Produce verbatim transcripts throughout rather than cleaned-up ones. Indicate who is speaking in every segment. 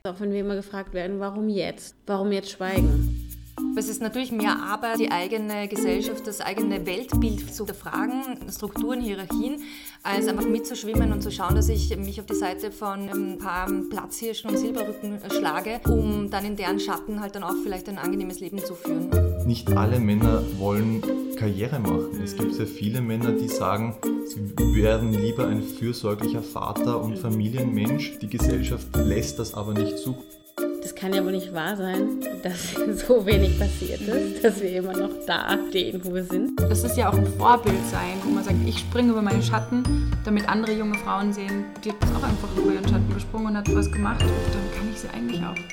Speaker 1: Auch wenn wir immer gefragt werden, warum jetzt? Warum jetzt schweigen?
Speaker 2: Es ist natürlich mehr Arbeit, die eigene Gesellschaft, das eigene Weltbild zu hinterfragen, Strukturen, Hierarchien, als einfach mitzuschwimmen und zu schauen, dass ich mich auf die Seite von ein paar Platzhirschen und Silberrücken schlage, um dann in deren Schatten halt dann auch vielleicht ein angenehmes Leben zu führen.
Speaker 3: Nicht alle Männer wollen Karriere machen. Es gibt sehr viele Männer, die sagen, sie werden lieber ein fürsorglicher Vater und Familienmensch. Die Gesellschaft lässt das aber nicht zu.
Speaker 1: Das kann ja wohl nicht wahr sein, dass so wenig passiert ist, dass wir immer noch da stehen, wo wir sind.
Speaker 4: Das ist ja auch ein Vorbild sein, wo man sagt, ich springe über meinen Schatten, damit andere junge Frauen sehen, die hat auch einfach über ihren Schatten gesprungen und hat was gemacht. Und dann kann ich sie eigentlich auch.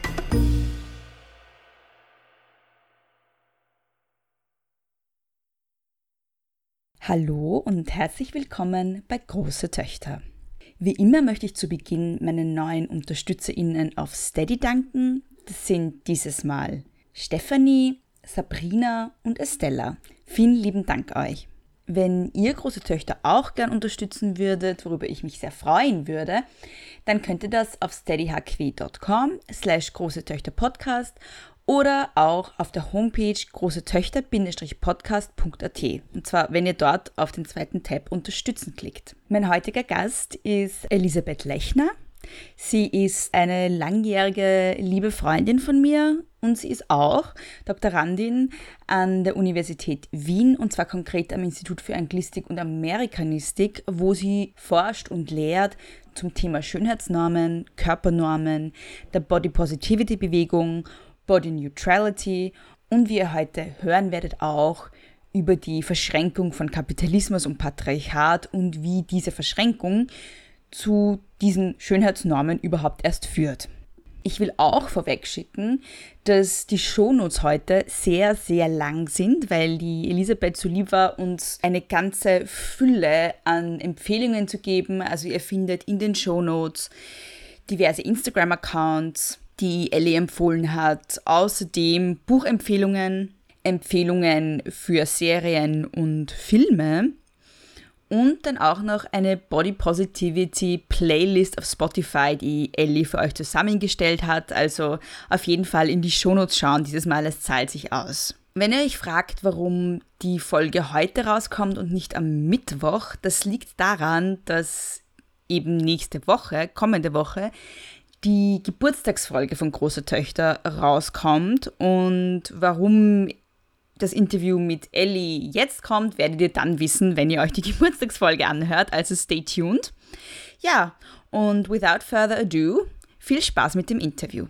Speaker 5: Hallo und herzlich willkommen bei Große Töchter. Wie immer möchte ich zu Beginn meinen neuen UnterstützerInnen auf Steady danken. Das sind dieses Mal Stefanie, Sabrina und Estella. Vielen lieben Dank euch. Wenn ihr Große Töchter auch gern unterstützen würdet, worüber ich mich sehr freuen würde, dann könnt ihr das auf steadyhq.com slash große Töchter Podcast oder auch auf der Homepage großetöchter podcast punkt a t. Und zwar, wenn ihr dort auf den zweiten Tab Unterstützen klickt. Mein heutiger Gast ist Elisabeth Lechner. Sie ist eine langjährige liebe Freundin von mir und sie ist auch Doktorandin an der Universität Wien und zwar konkret am Institut für Anglistik und Amerikanistik, wo sie forscht und lehrt zum Thema Schönheitsnormen, Körpernormen, der Body Positivity Bewegung, Body Neutrality und wie ihr heute hören werdet auch über die Verschränkung von Kapitalismus und Patriarchat und wie diese Verschränkung zu diesen Schönheitsnormen überhaupt erst führt. Ich will auch vorwegschicken, dass die Shownotes heute sehr, sehr lang sind, weil die Elisabeth so lieb war, uns eine ganze Fülle an Empfehlungen zu geben. Also ihr findet in den Shownotes diverse Instagram-Accounts, die Ellie empfohlen hat. Außerdem Buchempfehlungen, Empfehlungen für Serien und Filme und dann auch noch eine Body Positivity Playlist auf Spotify, die Ellie für euch zusammengestellt hat. Also auf jeden Fall in die Shownotes schauen, dieses Mal, es zahlt sich aus. Wenn ihr euch fragt, warum die Folge heute rauskommt und nicht am Mittwoch, das liegt daran, dass eben nächste Woche, kommende Woche, die Geburtstagsfolge von Große Töchter rauskommt und warum das Interview mit Ellie jetzt kommt, werdet ihr dann wissen, wenn ihr euch die Geburtstagsfolge anhört, also stay tuned. Ja, und without further ado, viel Spaß mit dem Interview.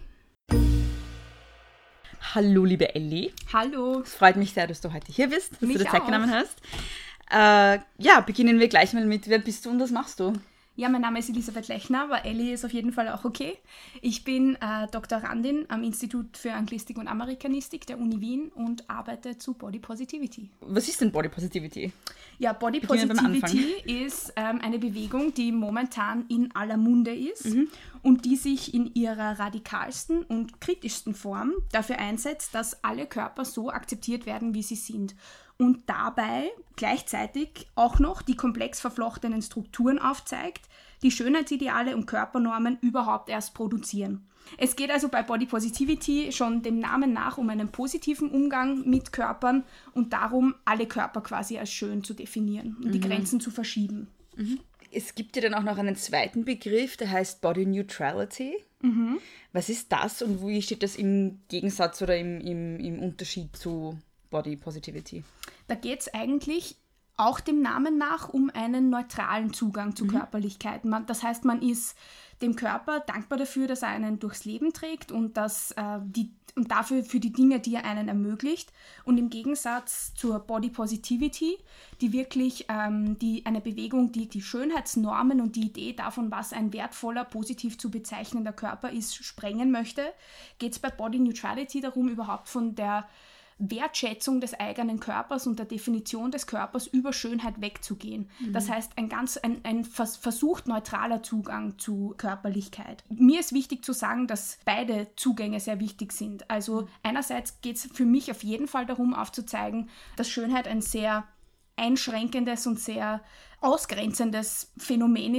Speaker 5: Hallo liebe Ellie.
Speaker 4: Hallo.
Speaker 5: Es freut mich sehr, dass du heute hier bist, dass
Speaker 4: mich
Speaker 5: du dir Zeit
Speaker 4: auch.
Speaker 5: genommen hast. Äh, ja, beginnen wir gleich mal mit, wer bist du und was machst du?
Speaker 4: Ja, mein Name ist Elisabeth Lechner, aber Ellie ist auf jeden Fall auch okay. Ich bin äh, Doktorandin am Institut für Anglistik und Amerikanistik der Uni Wien und arbeite zu Body Positivity.
Speaker 5: Was ist denn Body Positivity?
Speaker 4: Ja, Body Positivity ist ähm, eine Bewegung, die momentan in aller Munde ist mhm. und die sich in ihrer radikalsten und kritischsten Form dafür einsetzt, dass alle Körper so akzeptiert werden, wie sie sind. Und dabei gleichzeitig auch noch die komplex verflochtenen Strukturen aufzeigt, die Schönheitsideale und Körpernormen überhaupt erst produzieren. Es geht also bei Body Positivity schon dem Namen nach um einen positiven Umgang mit Körpern und darum, alle Körper quasi als schön zu definieren und mhm. die Grenzen zu verschieben.
Speaker 5: Mhm. Es gibt ja dann auch noch einen zweiten Begriff, der heißt Body Neutrality. Mhm. Was ist das und wie steht das im Gegensatz oder im, im, im Unterschied zu Body Positivity?
Speaker 4: Da geht es eigentlich auch dem Namen nach um einen neutralen Zugang zu mhm. Körperlichkeit. Man, das heißt, man ist dem Körper dankbar dafür, dass er einen durchs Leben trägt und, dass, äh, die, und dafür für die Dinge, die er einen ermöglicht. Und im Gegensatz zur Body Positivity, die wirklich ähm, die, eine Bewegung, die die Schönheitsnormen und die Idee davon, was ein wertvoller, positiv zu bezeichnender Körper ist, sprengen möchte, geht es bei Body Neutrality darum, überhaupt von der Wertschätzung des eigenen Körpers und der Definition des Körpers über Schönheit wegzugehen. Mhm. Das heißt, ein ganz ein, ein vers- versucht neutraler Zugang zu Körperlichkeit. Mir ist wichtig zu sagen, dass beide Zugänge sehr wichtig sind. Also einerseits geht es für mich auf jeden Fall darum, aufzuzeigen, dass Schönheit ein sehr einschränkendes und sehr ausgrenzendes Phänomen ist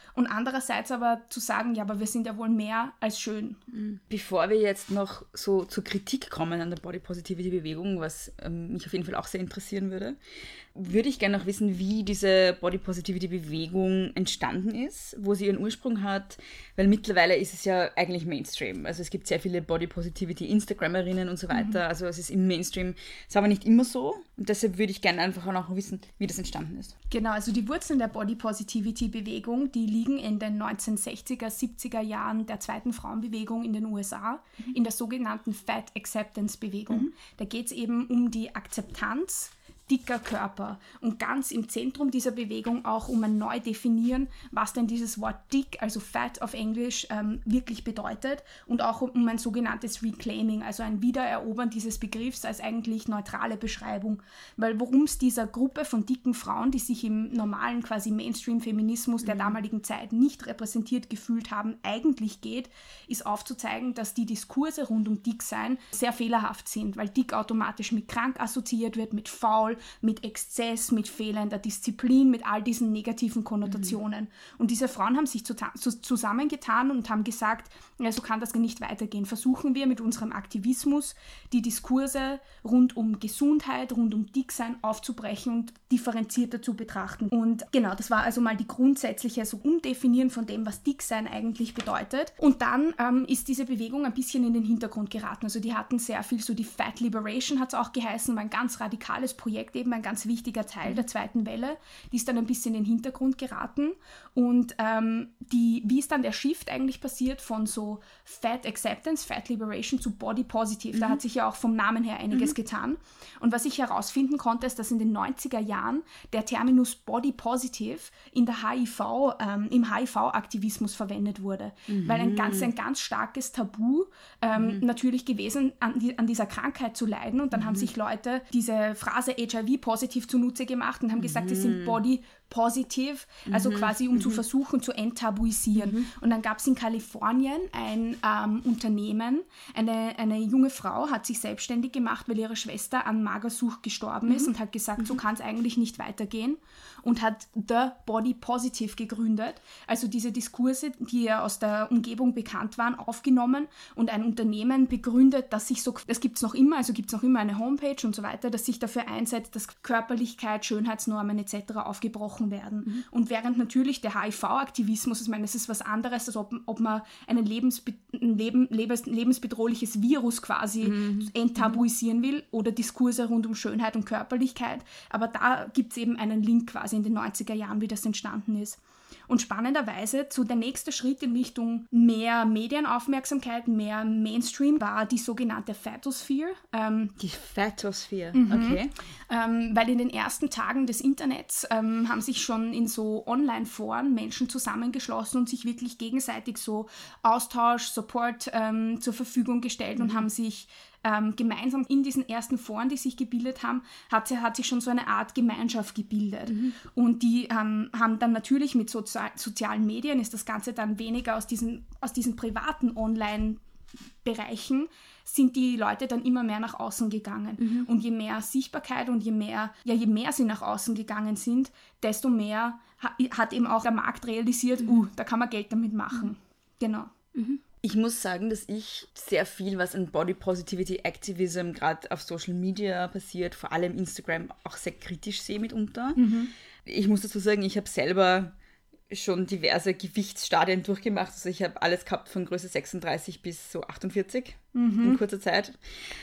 Speaker 4: und andererseits aber zu sagen, ja, aber wir sind ja wohl mehr als schön.
Speaker 5: Bevor wir jetzt noch so zur Kritik kommen an der Body Positivity Bewegung, was ähm, mich auf jeden Fall auch sehr interessieren würde, würde ich gerne noch wissen, wie diese Body Positivity Bewegung entstanden ist, wo sie ihren Ursprung hat, weil mittlerweile ist es ja eigentlich Mainstream. Also es gibt sehr viele Body Positivity Instagramerinnen und so weiter, also es ist im Mainstream. Es war aber nicht immer so und deshalb würde ich gerne einfach auch noch wissen, wie das entstanden ist.
Speaker 4: Genau, also die Wurzeln der Body Positivity Bewegung, die liegen in den neunzehnhundertsechziger, siebziger Jahren der zweiten Frauenbewegung in den U S A, mhm. in der sogenannten Fat Acceptance Bewegung. Mhm. Da geht es eben um die Akzeptanz dicker Körper und ganz im Zentrum dieser Bewegung auch um ein Neudefinieren, was denn dieses Wort dick, also fat auf Englisch, ähm, wirklich bedeutet und auch um, um ein sogenanntes Reclaiming, also ein Wiedererobern dieses Begriffs als eigentlich neutrale Beschreibung, weil worum es dieser Gruppe von dicken Frauen, die sich im normalen quasi Mainstream-Feminismus der damaligen Zeit nicht repräsentiert gefühlt haben, eigentlich geht, ist aufzuzeigen, dass die Diskurse rund um Dicksein sehr fehlerhaft sind, weil dick automatisch mit krank assoziiert wird, mit faul, mit Exzess, mit fehlender Disziplin, mit all diesen negativen Konnotationen. Mhm. Und diese Frauen haben sich zu, zu, zusammengetan und haben gesagt, ja, so kann das nicht weitergehen. Versuchen wir mit unserem Aktivismus die Diskurse rund um Gesundheit, rund um Dicksein aufzubrechen und differenzierter zu betrachten. Und genau, das war also mal die grundsätzliche so Umdefinieren von dem, was Dicksein eigentlich bedeutet. Und dann ähm, ist diese Bewegung ein bisschen in den Hintergrund geraten. Also die hatten sehr viel, so die Fat Liberation hat es auch geheißen, war ein ganz radikales Projekt, eben ein ganz wichtiger Teil der zweiten Welle. Die ist dann ein bisschen in den Hintergrund geraten. Und ähm, die, wie ist dann der Shift eigentlich passiert von so Fat Acceptance, Fat Liberation zu Body Positive? Mhm. Da hat sich ja auch vom Namen her einiges mhm. getan. Und was ich herausfinden konnte, ist, dass in den neunziger Jahren der Terminus Body Positive in der H I V, ähm, im H I V-Aktivismus verwendet wurde. Mhm. Weil ein ganz, ein ganz starkes Tabu ähm, mhm. natürlich gewesen, an, die, an dieser Krankheit zu leiden. Und dann mhm. haben sich Leute diese Phrase H I V-positiv zunutze gemacht und haben gesagt, mhm. sie sind Body positiv, also mhm. quasi um mhm. zu versuchen zu enttabuisieren. Mhm. Und dann gab es in Kalifornien ein ähm, Unternehmen, eine, eine junge Frau hat sich selbstständig gemacht, weil ihre Schwester an Magersucht gestorben mhm. ist und hat gesagt, mhm. so kann es eigentlich nicht weitergehen und hat The Body Positive gegründet. Also diese Diskurse, die ja aus der Umgebung bekannt waren, aufgenommen und ein Unternehmen begründet, das sich so, das gibt es noch immer, also gibt es noch immer eine Homepage und so weiter, das sich dafür einsetzt, dass Körperlichkeit, Schönheitsnormen et cetera aufgebrochen werden. Mhm. Und während natürlich der H I V-Aktivismus, ich meine, es ist was anderes, als ob, ob man einen Lebensbe- ein Leben, lebens, lebensbedrohliches Virus quasi mhm. enttabuisieren will oder Diskurse rund um Schönheit und Körperlichkeit. Aber da gibt es eben einen Link quasi in den neunziger Jahren, wie das entstanden ist. Und spannenderweise, so der nächste Schritt in Richtung mehr Medienaufmerksamkeit, mehr Mainstream, war die sogenannte Fatosphere. Ähm,
Speaker 5: die Fatosphere,
Speaker 4: mhm.
Speaker 5: okay.
Speaker 4: Ähm, weil in den ersten Tagen des Internets ähm, haben sich schon in so Online-Foren Menschen zusammengeschlossen und sich wirklich gegenseitig so Austausch, Support ähm, zur Verfügung gestellt mhm. und haben sich Ähm, gemeinsam in diesen ersten Foren, die sich gebildet haben, hat, sie, hat sich schon so eine Art Gemeinschaft gebildet. Mhm. Und die ähm, haben dann natürlich mit Sozi- sozialen Medien, ist das Ganze dann weniger aus diesen, aus diesen privaten Online-Bereichen, sind die Leute dann immer mehr nach außen gegangen. Mhm. Und je mehr Sichtbarkeit und je mehr, ja, je mehr sie nach außen gegangen sind, desto mehr ha- hat eben auch der Markt realisiert, mhm. uh, da kann man Geld damit machen. Mhm. Genau.
Speaker 5: Mhm. Ich muss sagen, dass ich sehr viel, was an Body Positivity Activism gerade auf Social Media passiert, vor allem Instagram, auch sehr kritisch sehe mitunter. Mhm. Ich muss dazu sagen, ich habe selber schon diverse Gewichtsstadien durchgemacht. Also ich habe alles gehabt von Größe sechsunddreißig bis so achtundvierzig mhm. in kurzer Zeit.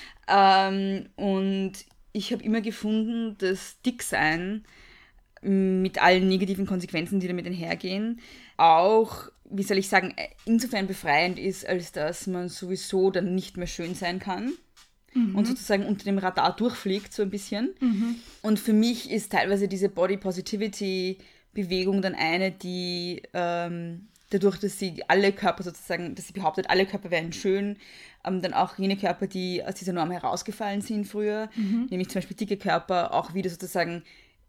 Speaker 5: Ähm, und ich habe immer gefunden, dass Dicksein mit allen negativen Konsequenzen, die damit einhergehen, auch, wie soll ich sagen, insofern befreiend ist, als dass man sowieso dann nicht mehr schön sein kann mhm. und sozusagen unter dem Radar durchfliegt so ein bisschen. Mhm. Und für mich ist teilweise diese Body Positivity Bewegung dann eine, die ähm, dadurch, dass sie alle Körper sozusagen, dass sie behauptet, alle Körper wären schön, ähm, dann auch jene Körper, die aus dieser Norm herausgefallen sind früher, mhm. nämlich zum Beispiel dicke Körper, auch wieder sozusagen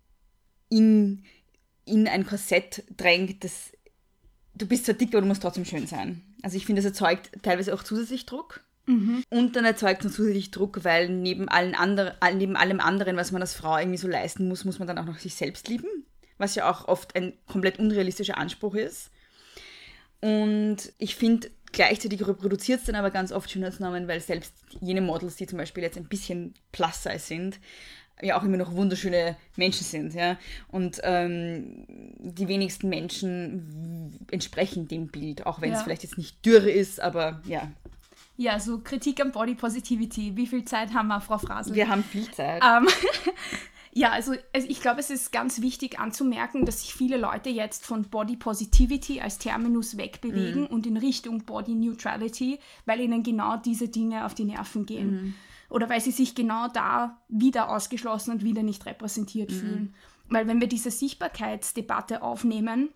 Speaker 5: in, in ein Korsett drängt, das du bist zwar dick, aber du musst trotzdem schön sein. Also ich finde, das erzeugt teilweise auch zusätzlich Druck. Mhm. Und dann erzeugt es zusätzlich Druck, weil neben, allen andre, neben allem anderen, was man als Frau irgendwie so leisten muss, muss man dann auch noch sich selbst lieben. Was ja auch oft ein komplett unrealistischer Anspruch ist. Und ich finde, gleichzeitig reproduziert es dann aber ganz oft Schönheitsnormen, weil selbst jene Models, die zum Beispiel jetzt ein bisschen Plus-Size sind, ja auch immer noch wunderschöne Menschen sind. Ja? Und ähm, die wenigsten Menschen w- entsprechen dem Bild, auch wenn es
Speaker 4: Ja.
Speaker 5: vielleicht jetzt nicht dürre ist, aber ja,
Speaker 4: Ja, so Kritik am Body Positivity. Wie viel Zeit haben wir, Frau Frasel?
Speaker 5: wir haben viel Zeit.
Speaker 4: Ähm, ja, also also ich glaube, es ist ganz wichtig anzumerken, dass sich viele Leute jetzt von Body Positivity als Terminus wegbewegen und in Richtung Body Neutrality, weil ihnen genau diese Dinge auf die Nerven gehen. Oder weil sie sich genau da wieder ausgeschlossen und wieder nicht repräsentiert fühlen. Weil wenn wir diese Sichtbarkeitsdebatte aufnehmen,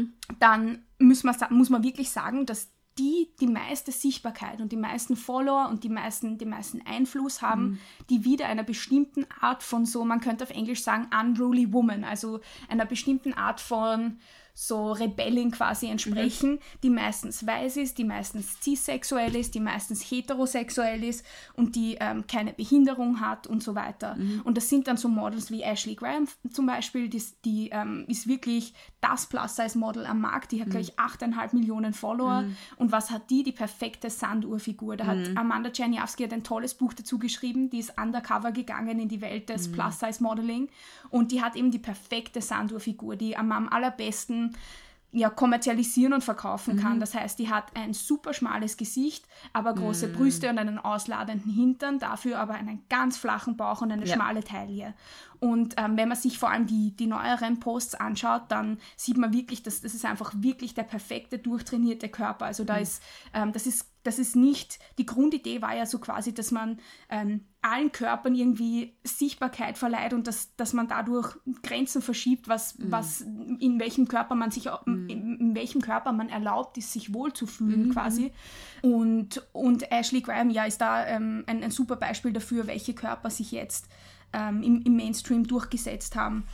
Speaker 4: dann muss man, sa- muss man wirklich sagen, dass die die meiste Sichtbarkeit und die meisten Follower und die meisten, die meisten Einfluss haben, die wieder einer bestimmten Art von so, man könnte auf Englisch sagen, unruly woman, also einer bestimmten Art von so Rebellin quasi entsprechen, die meistens weiß ist, die meistens cissexuell ist, die meistens heterosexuell ist und die ähm, keine Behinderung hat und so weiter. Und das sind dann so Models wie Ashley Graham zum Beispiel, die, die ähm, ist wirklich das Plus-Size-Model am Markt, die hat gleich achteinhalb Millionen Follower und was hat die? Die perfekte Sanduhrfigur. Da hat Amanda Czerniawski hat ein tolles Buch dazu geschrieben, die ist undercover gegangen in die Welt des Plus-Size-Modeling und die hat eben die perfekte Sanduhrfigur, die am, am allerbesten ja, kommerzialisieren und verkaufen kann. Das heißt, die hat ein super schmales Gesicht, aber große Brüste und einen ausladenden Hintern, dafür aber einen ganz flachen Bauch und eine
Speaker 5: Ja.
Speaker 4: schmale Taille. Und ähm, wenn man sich vor allem die, die neueren Posts anschaut, dann sieht man wirklich, dass das ist einfach wirklich der perfekte, durchtrainierte Körper. Also da ist, ähm, das ist, das ist nicht, die Grundidee war ja so quasi, dass man ähm, allen Körpern irgendwie Sichtbarkeit verleiht und dass, dass man dadurch Grenzen verschiebt, was, was in welchem Körper man sich, in, in welchem Körper man erlaubt ist, sich wohlzufühlen quasi. Und, und Ashley Graham, ja, ist da ähm, ein, ein super Beispiel dafür, welche Körper sich jetzt ähm, im, im Mainstream durchgesetzt haben.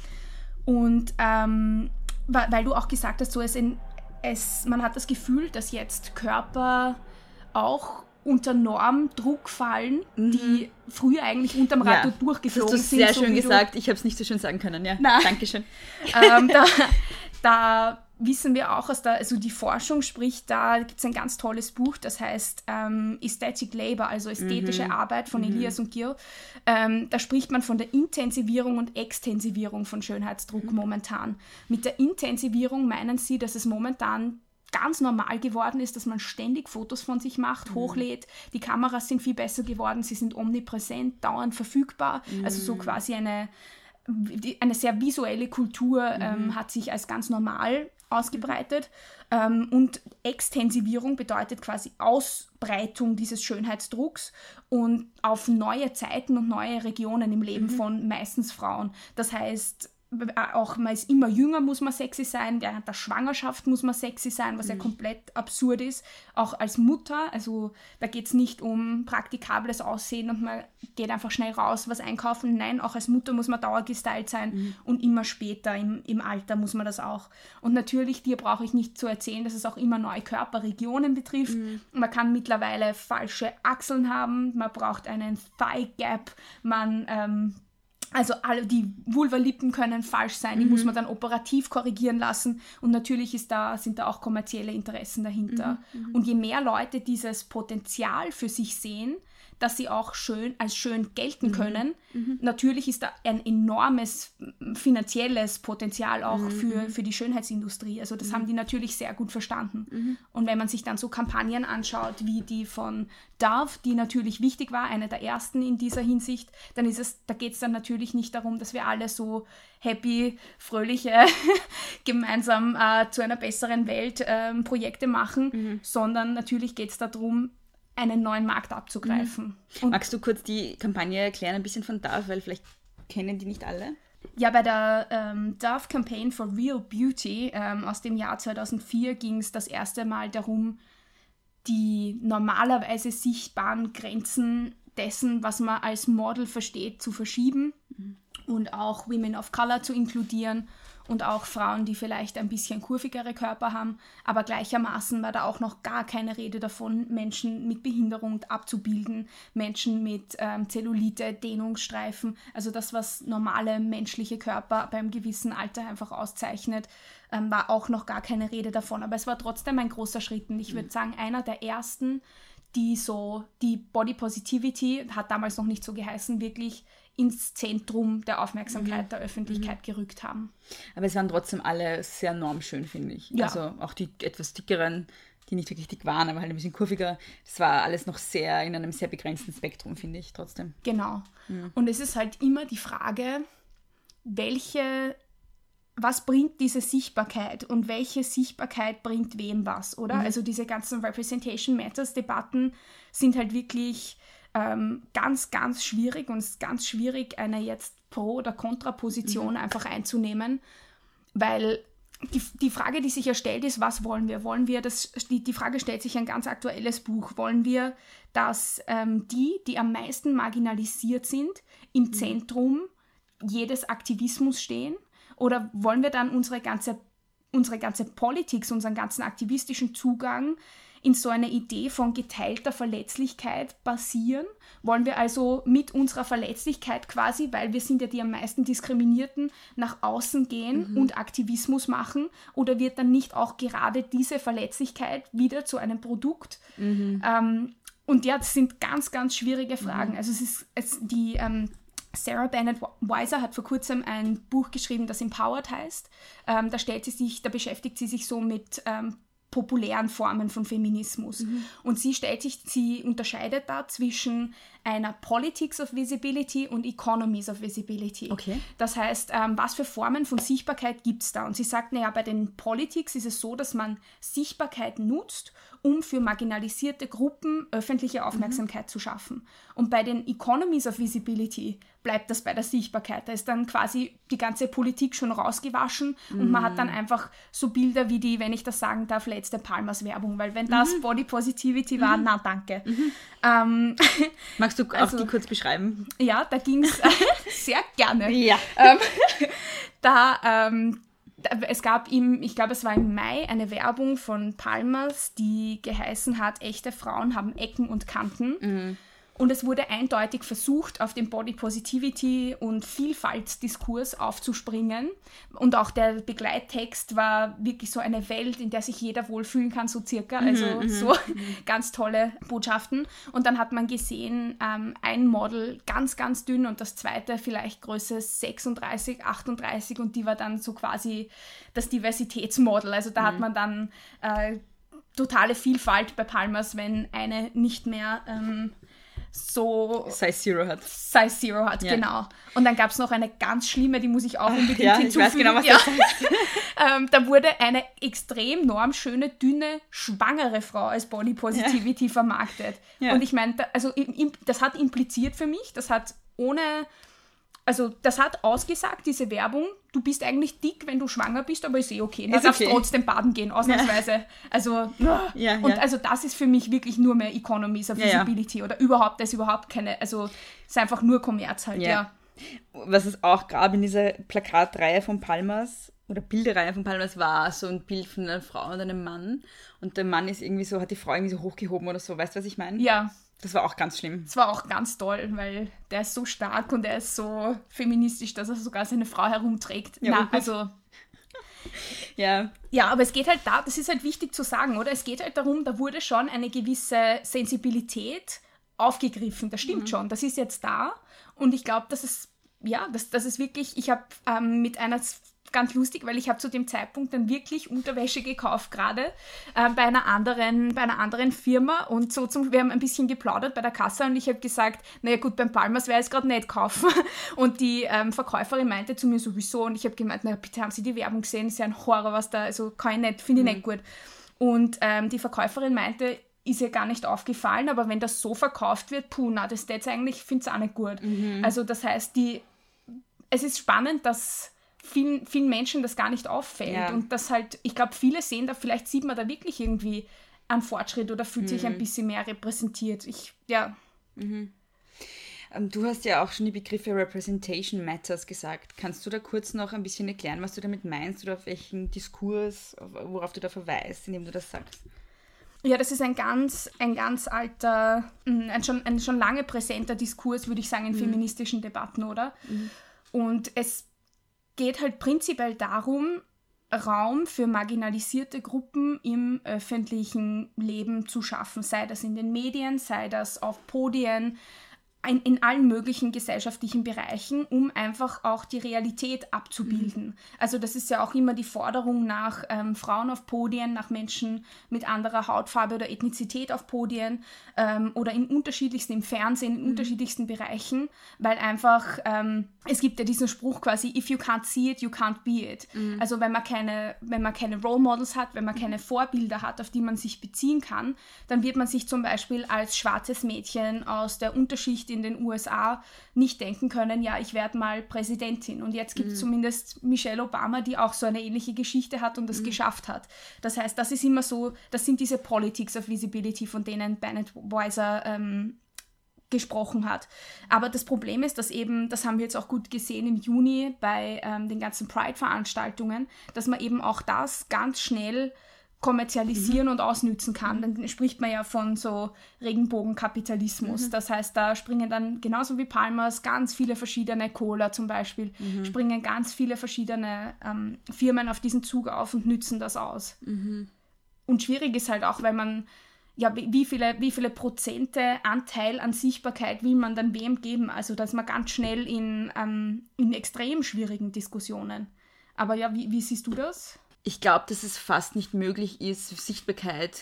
Speaker 4: Und ähm, weil, weil du auch gesagt hast, so es, in, es, man hat das Gefühl, dass jetzt Körper auch unter Normdruck fallen, die früher eigentlich unterm
Speaker 5: Ja,
Speaker 4: Radar
Speaker 5: das
Speaker 4: durchgeflogen
Speaker 5: hast du
Speaker 4: sind.
Speaker 5: sehr
Speaker 4: so
Speaker 5: schön
Speaker 4: wie du-
Speaker 5: gesagt. Ich habe es nicht so schön sagen können. Ja,
Speaker 4: Nein.
Speaker 5: Dankeschön.
Speaker 4: ähm, da, da wissen wir auch aus der, also die Forschung spricht, da gibt es ein ganz tolles Buch, das heißt ähm, Aesthetic Labor, also ästhetische Arbeit von Elias und Gil. Ähm, da spricht man von der Intensivierung und Extensivierung von Schönheitsdruck momentan. Mit der Intensivierung meinen sie, dass es momentan ganz normal geworden ist, dass man ständig Fotos von sich macht, hochlädt. Die Kameras sind viel besser geworden, sie sind omnipräsent, dauernd verfügbar. Also so quasi eine, die- eine sehr visuelle Kultur ähm, hat sich als ganz normal ausgebreitet. Ähm, und Extensivierung bedeutet quasi Ausbreitung dieses Schönheitsdrucks und auf neue Zeiten und neue Regionen im Leben von meistens Frauen. Das heißt, auch man ist immer jünger, muss man sexy sein, während der Schwangerschaft muss man sexy sein, was ja komplett absurd ist. Auch als Mutter, also da geht es nicht um praktikables Aussehen und man geht einfach schnell raus, was einkaufen. Nein, auch als Mutter muss man dauergestylt sein und immer später im, im Alter muss man das auch. Und natürlich, dir brauche ich nicht zu erzählen, dass es auch immer neue Körperregionen betrifft. Man kann mittlerweile falsche Achseln haben, man braucht einen Thigh Gap, man... Ähm, Also alle die Vulvalippen können falsch sein, die muss man dann operativ korrigieren lassen und natürlich ist da, sind da auch kommerzielle Interessen dahinter. Und je mehr Leute dieses Potenzial für sich sehen, dass sie auch schön als schön gelten können, natürlich ist da ein enormes finanzielles Potenzial auch für, für die Schönheitsindustrie. Also das haben die natürlich sehr gut verstanden. Und wenn man sich dann so Kampagnen anschaut, wie die von Dove, die natürlich wichtig war, eine der ersten in dieser Hinsicht, dann ist es, da geht es dann natürlich nicht darum, dass wir alle so happy, fröhliche, gemeinsam äh, zu einer besseren Welt ähm, Projekte machen, sondern natürlich geht es darum, einen neuen Markt abzugreifen. Und
Speaker 5: Magst du kurz die Kampagne erklären, ein bisschen von Dove, weil vielleicht kennen die nicht alle?
Speaker 4: ja, bei der ähm, Dove Campaign for Real Beauty ähm, aus dem Jahr zweitausendvier ging es das erste Mal darum, die normalerweise sichtbaren Grenzen dessen, was man als Model versteht, zu verschieben und auch Women of Color zu inkludieren und auch Frauen, die vielleicht ein bisschen kurvigere Körper haben. Aber gleichermaßen war da auch noch gar keine Rede davon, Menschen mit Behinderung abzubilden, Menschen mit ähm, Zellulite, Dehnungsstreifen, also das, was normale menschliche Körper beim gewissen Alter einfach auszeichnet, ähm, war auch noch gar keine Rede davon. Aber es war trotzdem ein großer Schritt und ich würde sagen, einer der ersten, die so die Body Positivity, hat damals noch nicht so geheißen, wirklich ins Zentrum der Aufmerksamkeit mhm. der Öffentlichkeit mhm. gerückt haben.
Speaker 5: Aber es waren trotzdem alle sehr normschön, finde ich. Ja. Also auch die etwas dickeren, die nicht wirklich dick waren, aber halt ein bisschen kurviger, das war alles noch sehr in einem sehr begrenzten Spektrum, finde ich trotzdem.
Speaker 4: Genau. Mhm. Und es ist halt immer die Frage, welche, was bringt diese Sichtbarkeit und welche Sichtbarkeit bringt wem was, oder? Mhm. Also diese ganzen Representation Matters Debatten sind halt wirklich Ähm, ganz, ganz schwierig und es ist ganz schwierig, eine jetzt Pro- oder Kontraposition mhm. einfach einzunehmen, weil die, die Frage, die sich ja stellt, ist, was wollen wir? Wollen wir, das, die, die Frage stellt sich ein ganz aktuelles Buch, wollen wir, dass ähm, die, die am meisten marginalisiert sind, im mhm. Zentrum jedes Aktivismus stehen? Oder wollen wir dann unsere ganze, unsere ganze Politik, unseren ganzen aktivistischen Zugang in so eine Idee von geteilter Verletzlichkeit basieren? Wollen wir also mit unserer Verletzlichkeit quasi, weil wir sind ja die am meisten Diskriminierten, nach außen gehen mhm. und Aktivismus machen? Oder wird dann nicht auch gerade diese Verletzlichkeit wieder zu einem Produkt? Mhm. Ähm, und ja, das sind ganz, ganz schwierige Fragen. Mhm. Also es ist es, die ähm, Sarah Bennett Weiser hat vor kurzem ein Buch geschrieben, das Empowered heißt. Ähm, da stellt sie sich, da beschäftigt sie sich so mit ähm, populären Formen von Feminismus. Mhm. Und sie stellt sich, sie unterscheidet da zwischen einer Politics of Visibility und Economies of Visibility.
Speaker 5: Okay.
Speaker 4: Das heißt, ähm, was für Formen von Sichtbarkeit gibt es da? Und sie sagt, naja, bei den Politics ist es so, dass man Sichtbarkeit nutzt, um für marginalisierte Gruppen öffentliche Aufmerksamkeit mhm. zu schaffen. Und bei den Economies of Visibility bleibt das bei der Sichtbarkeit. Da ist dann quasi die ganze Politik schon rausgewaschen mhm. und man hat dann einfach so Bilder wie die, wenn ich das sagen darf, letzte Palmas-Werbung, weil wenn das mhm. Body Positivity war, mhm. na danke. Mhm. Ähm,
Speaker 5: Magst du
Speaker 4: also,
Speaker 5: auch die kurz beschreiben?
Speaker 4: Ja, da ging es äh, sehr gerne.
Speaker 5: Ja.
Speaker 4: Ähm, da ähm, Es gab im, ich glaube, es war im Mai, eine Werbung von Palmas, die geheißen hat, echte Frauen haben Ecken und Kanten. Mhm. Und es wurde eindeutig versucht, auf den Body Positivity und Vielfaltsdiskurs aufzuspringen. Und auch der Begleittext war wirklich so eine Welt, in der sich jeder wohlfühlen kann, so circa. Also mhm, so mhm. ganz tolle Botschaften. Und dann hat man gesehen, ähm, ein Model ganz, ganz dünn und das zweite vielleicht Größe sechsunddreißig, achtunddreißig und die war dann so quasi das Diversitätsmodel. Also da mhm. hat man dann äh, totale Vielfalt bei Palmas, wenn eine nicht mehr ähm, so
Speaker 5: Size Zero hat.
Speaker 4: Size Zero hat, ja. Genau. Und dann gab es noch eine ganz schlimme, die muss ich auch unbedingt
Speaker 5: ja,
Speaker 4: hinzufügen.
Speaker 5: Ich weiß genau, was ja. das heißt.
Speaker 4: ähm, da wurde eine extrem normschöne, dünne, schwangere Frau als Body Positivity ja. vermarktet. Ja. Und ich meine, also das hat impliziert für mich, das hat ohne... Also das hat ausgesagt, diese Werbung, du bist eigentlich dick, wenn du schwanger bist, aber ist eh okay. Du darfst okay. trotzdem baden gehen, ausnahmsweise. Ja. Also,
Speaker 5: ja,
Speaker 4: und
Speaker 5: ja.
Speaker 4: also das ist für mich wirklich nur mehr Economies of Visibility ja, ja. oder überhaupt, das ist überhaupt keine, also es ist einfach nur Kommerz halt, ja. ja.
Speaker 5: Was es auch gab in dieser Plakatreihe von Palmas oder Bilderreihe von Palmas war so ein Bild von einer Frau und einem Mann und der Mann ist irgendwie so, hat die Frau irgendwie so hochgehoben oder so, weißt du, was ich meine?
Speaker 4: Ja.
Speaker 5: Das war auch ganz schlimm.
Speaker 4: Das war auch ganz toll, weil der ist so stark und er ist so feministisch, dass er sogar seine Frau herumträgt. Ja, Na, also
Speaker 5: ja.
Speaker 4: Ja, aber es geht halt da, das ist halt wichtig zu sagen, oder? Es geht halt darum, da wurde schon eine gewisse Sensibilität aufgegriffen. Das stimmt mhm. schon, das ist jetzt da. Und ich glaube, dass es, ja, das, das ist wirklich, ich habe ähm, mit einer... ganz lustig, weil ich habe zu dem Zeitpunkt dann wirklich Unterwäsche gekauft gerade äh, bei einer anderen bei einer anderen Firma und so zum, wir haben ein bisschen geplaudert bei der Kasse und ich habe gesagt, naja gut, beim Palmas werde ich es gerade nicht kaufen und die ähm, Verkäuferin meinte zu mir sowieso und ich habe gemeint, naja bitte, haben Sie die Werbung gesehen, ist ja ein Horror, was da, also kann ich nicht, finde ich mhm. nicht gut und ähm, die Verkäuferin meinte, ist ihr gar nicht aufgefallen, aber wenn das so verkauft wird, puh, na, das ist jetzt eigentlich, finde ich auch nicht gut. Mhm. Also das heißt, die es ist spannend, dass Vielen, vielen Menschen das gar nicht auffällt. Ja. Und das halt, ich glaube, viele sehen da, vielleicht sieht man da wirklich irgendwie einen Fortschritt oder fühlt mhm. sich ein bisschen mehr repräsentiert. Ich, ja.
Speaker 5: Mhm. Du hast ja auch schon die Begriffe Representation Matters gesagt. Kannst du da kurz noch ein bisschen erklären, was du damit meinst oder auf welchen Diskurs, worauf du da verweist, indem du das sagst?
Speaker 4: Ja, das ist ein ganz, ein ganz alter, ein schon, ein schon lange präsenter Diskurs, würde ich sagen, in mhm. feministischen Debatten, oder? Mhm. Und es geht halt prinzipiell darum, Raum für marginalisierte Gruppen im öffentlichen Leben zu schaffen, sei das in den Medien, sei das auf Podien, in, in allen möglichen gesellschaftlichen Bereichen, um einfach auch die Realität abzubilden. Mhm. Also das ist ja auch immer die Forderung nach ähm, Frauen auf Podien, nach Menschen mit anderer Hautfarbe oder Ethnizität auf Podien ähm, oder in unterschiedlichsten, im Fernsehen, in mhm. unterschiedlichsten Bereichen, weil einfach, ähm, es gibt ja diesen Spruch quasi, if you can't see it, you can't be it. Mhm. Also wenn man keine, wenn man keine Role Models hat, wenn man keine Vorbilder hat, auf die man sich beziehen kann, dann wird man sich zum Beispiel als schwarzes Mädchen aus der Unterschicht in den U S A nicht denken können, ja, ich werde mal Präsidentin. Und jetzt gibt es mhm. zumindest Michelle Obama, die auch so eine ähnliche Geschichte hat und das mhm. geschafft hat. Das heißt, das ist immer so, das sind diese Politics of Visibility, von denen Bennett Weiser ähm, gesprochen hat. Aber das Problem ist, dass eben, das haben wir jetzt auch gut gesehen im Juni bei ähm, den ganzen Pride-Veranstaltungen, dass man eben auch das ganz schnell kommerzialisieren mhm. und ausnützen kann. Dann spricht man ja von so Regenbogenkapitalismus. Mhm. Das heißt, da springen dann, genauso wie Palmers, ganz viele verschiedene, Cola zum Beispiel, mhm. springen ganz viele verschiedene ähm, Firmen auf diesen Zug auf und nützen das aus. Mhm. Und schwierig ist halt auch, weil man, ja, wie viele, wie viele Prozente Anteil an Sichtbarkeit will man dann wem geben? Also da ist man ganz schnell in, ähm, in extrem schwierigen Diskussionen. Aber ja, wie, wie siehst du das?
Speaker 5: Ich glaube, dass es fast nicht möglich ist, Sichtbarkeit,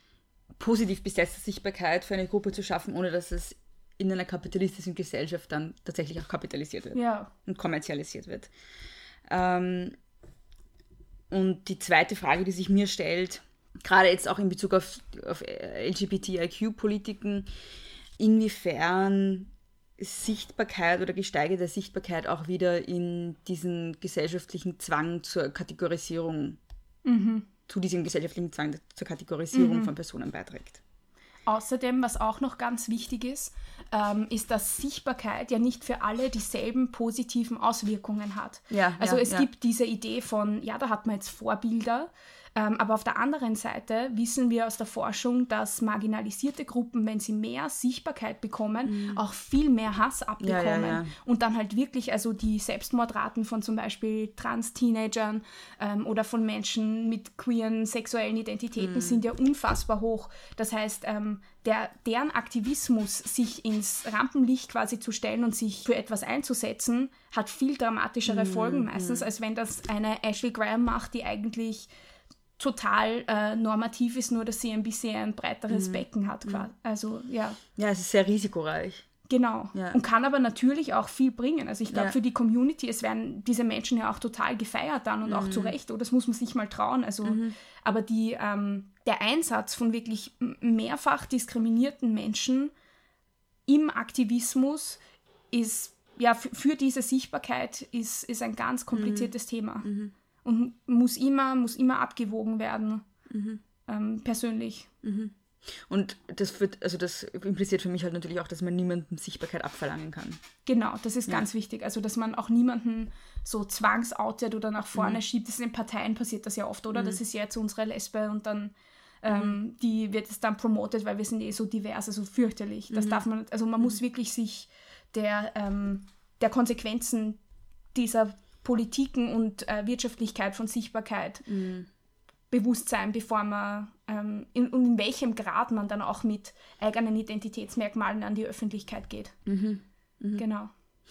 Speaker 5: positiv besetzte Sichtbarkeit für eine Gruppe zu schaffen, ohne dass es in einer kapitalistischen Gesellschaft dann tatsächlich auch kapitalisiert wird
Speaker 4: ja.
Speaker 5: und kommerzialisiert wird. Ähm, und die zweite Frage, die sich mir stellt, gerade jetzt auch in Bezug auf, auf L G B T I Q-Politiken, inwiefern Sichtbarkeit oder gesteigerte Sichtbarkeit auch wieder in diesen gesellschaftlichen Zwang zur Kategorisierung, mhm. zu diesem gesellschaftlichen Zwang zur Kategorisierung mhm. von Personen beiträgt.
Speaker 4: Außerdem, was auch noch ganz wichtig ist, ähm, ist, dass Sichtbarkeit ja nicht für alle dieselben positiven Auswirkungen hat.
Speaker 5: Ja,
Speaker 4: also
Speaker 5: ja,
Speaker 4: es
Speaker 5: ja.
Speaker 4: gibt diese Idee von, ja, da hat man jetzt Vorbilder, ähm, aber auf der anderen Seite wissen wir aus der Forschung, dass marginalisierte Gruppen, wenn sie mehr Sichtbarkeit bekommen, mhm. auch viel mehr Hass abbekommen. Ja, ja, ja. Und dann halt wirklich, also die Selbstmordraten von zum Beispiel Trans-Teenagern ähm, oder von Menschen mit queeren sexuellen Identitäten mhm. sind ja unfassbar hoch. Das heißt, ähm, der, deren Aktivismus, sich ins Rampenlicht quasi zu stellen und sich für etwas einzusetzen, hat viel dramatischere mhm. Folgen meistens, als wenn das eine Ashley Graham macht, die eigentlich total äh, normativ ist, nur dass sie ein bisschen ein breiteres mhm. Becken hat. Mhm. Also, ja.
Speaker 5: Ja, es ist sehr risikoreich.
Speaker 4: Genau.
Speaker 5: Ja.
Speaker 4: Und kann aber natürlich auch viel bringen. Also ich glaube,
Speaker 5: ja.
Speaker 4: für die Community, es werden diese Menschen ja auch total gefeiert dann und mhm. auch zu Recht. Oh, das muss man sich mal trauen. Also, mhm. aber die, ähm, der Einsatz von wirklich mehrfach diskriminierten Menschen im Aktivismus ist, ja, f- für diese Sichtbarkeit ist, ist ein ganz kompliziertes mhm. Thema. Mhm. Und muss immer, muss immer abgewogen werden, mhm. ähm, persönlich.
Speaker 5: Mhm. Und das führt, also das impliziert für mich halt natürlich auch, dass man niemandem Sichtbarkeit abverlangen kann.
Speaker 4: Genau, das ist
Speaker 5: ja.
Speaker 4: ganz wichtig. Also, dass man auch niemanden so zwangsoutet oder nach vorne
Speaker 5: mhm. schiebt.
Speaker 4: Das ist in Parteien passiert das ja oft, oder? Mhm. Das ist jetzt unsere Lesbe und dann ähm,
Speaker 5: mhm.
Speaker 4: die wird es dann promotet, weil wir sind eh so divers, also fürchterlich. Das mhm. darf man, also man mhm. muss wirklich sich der, ähm, der Konsequenzen dieser Politiken und äh, Wirtschaftlichkeit von Sichtbarkeit mhm. bewusst sein, bevor man ähm, in, und in welchem Grad man dann auch mit eigenen Identitätsmerkmalen an die Öffentlichkeit geht.
Speaker 5: Mhm. Mhm.
Speaker 4: Genau.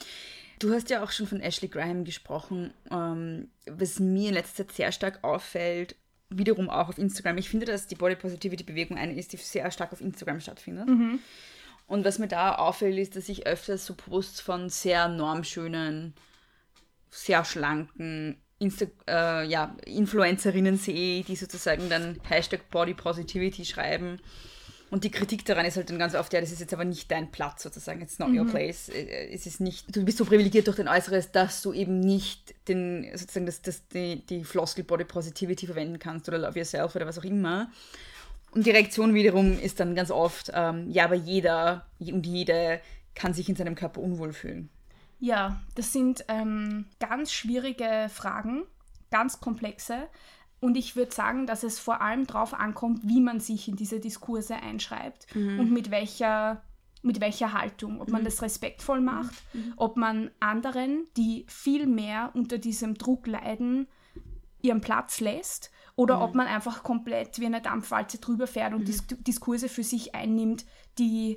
Speaker 5: Du hast ja auch schon von Ashley Graham gesprochen, ähm, was mir in letzter Zeit sehr stark auffällt, wiederum auch auf Instagram. Ich finde, dass die Body Positivity Bewegung eine ist, die sehr stark auf Instagram stattfindet. Mhm. Und was mir da auffällt, ist, dass ich öfters so Posts von sehr normschönen, sehr schlanken Insta- äh, ja, Influencerinnen sehe, die sozusagen dann Hashtag Body Positivity schreiben. Und die Kritik daran ist halt dann ganz oft, ja, das ist jetzt aber nicht dein Platz sozusagen, it's not mhm. your place. Es ist nicht, du bist so privilegiert durch dein Äußeres, dass du eben nicht den, sozusagen das, das, die, die Floskel Body Positivity verwenden kannst oder Love Yourself oder was auch immer. Und die Reaktion wiederum ist dann ganz oft, ähm, ja, aber jeder und jede kann sich in seinem Körper unwohl fühlen?
Speaker 4: Ja, das sind ähm, ganz schwierige Fragen, ganz komplexe. Und ich würde sagen, dass es vor allem darauf ankommt, wie man sich in diese Diskurse einschreibt mhm. und mit welcher, mit welcher Haltung. Ob man mhm. das respektvoll macht, mhm. ob man anderen, die viel mehr unter diesem Druck leiden, ihren Platz lässt oder mhm. ob man einfach komplett wie eine Dampfwalze drüber fährt und mhm. Dis- Diskurse für sich einnimmt, die,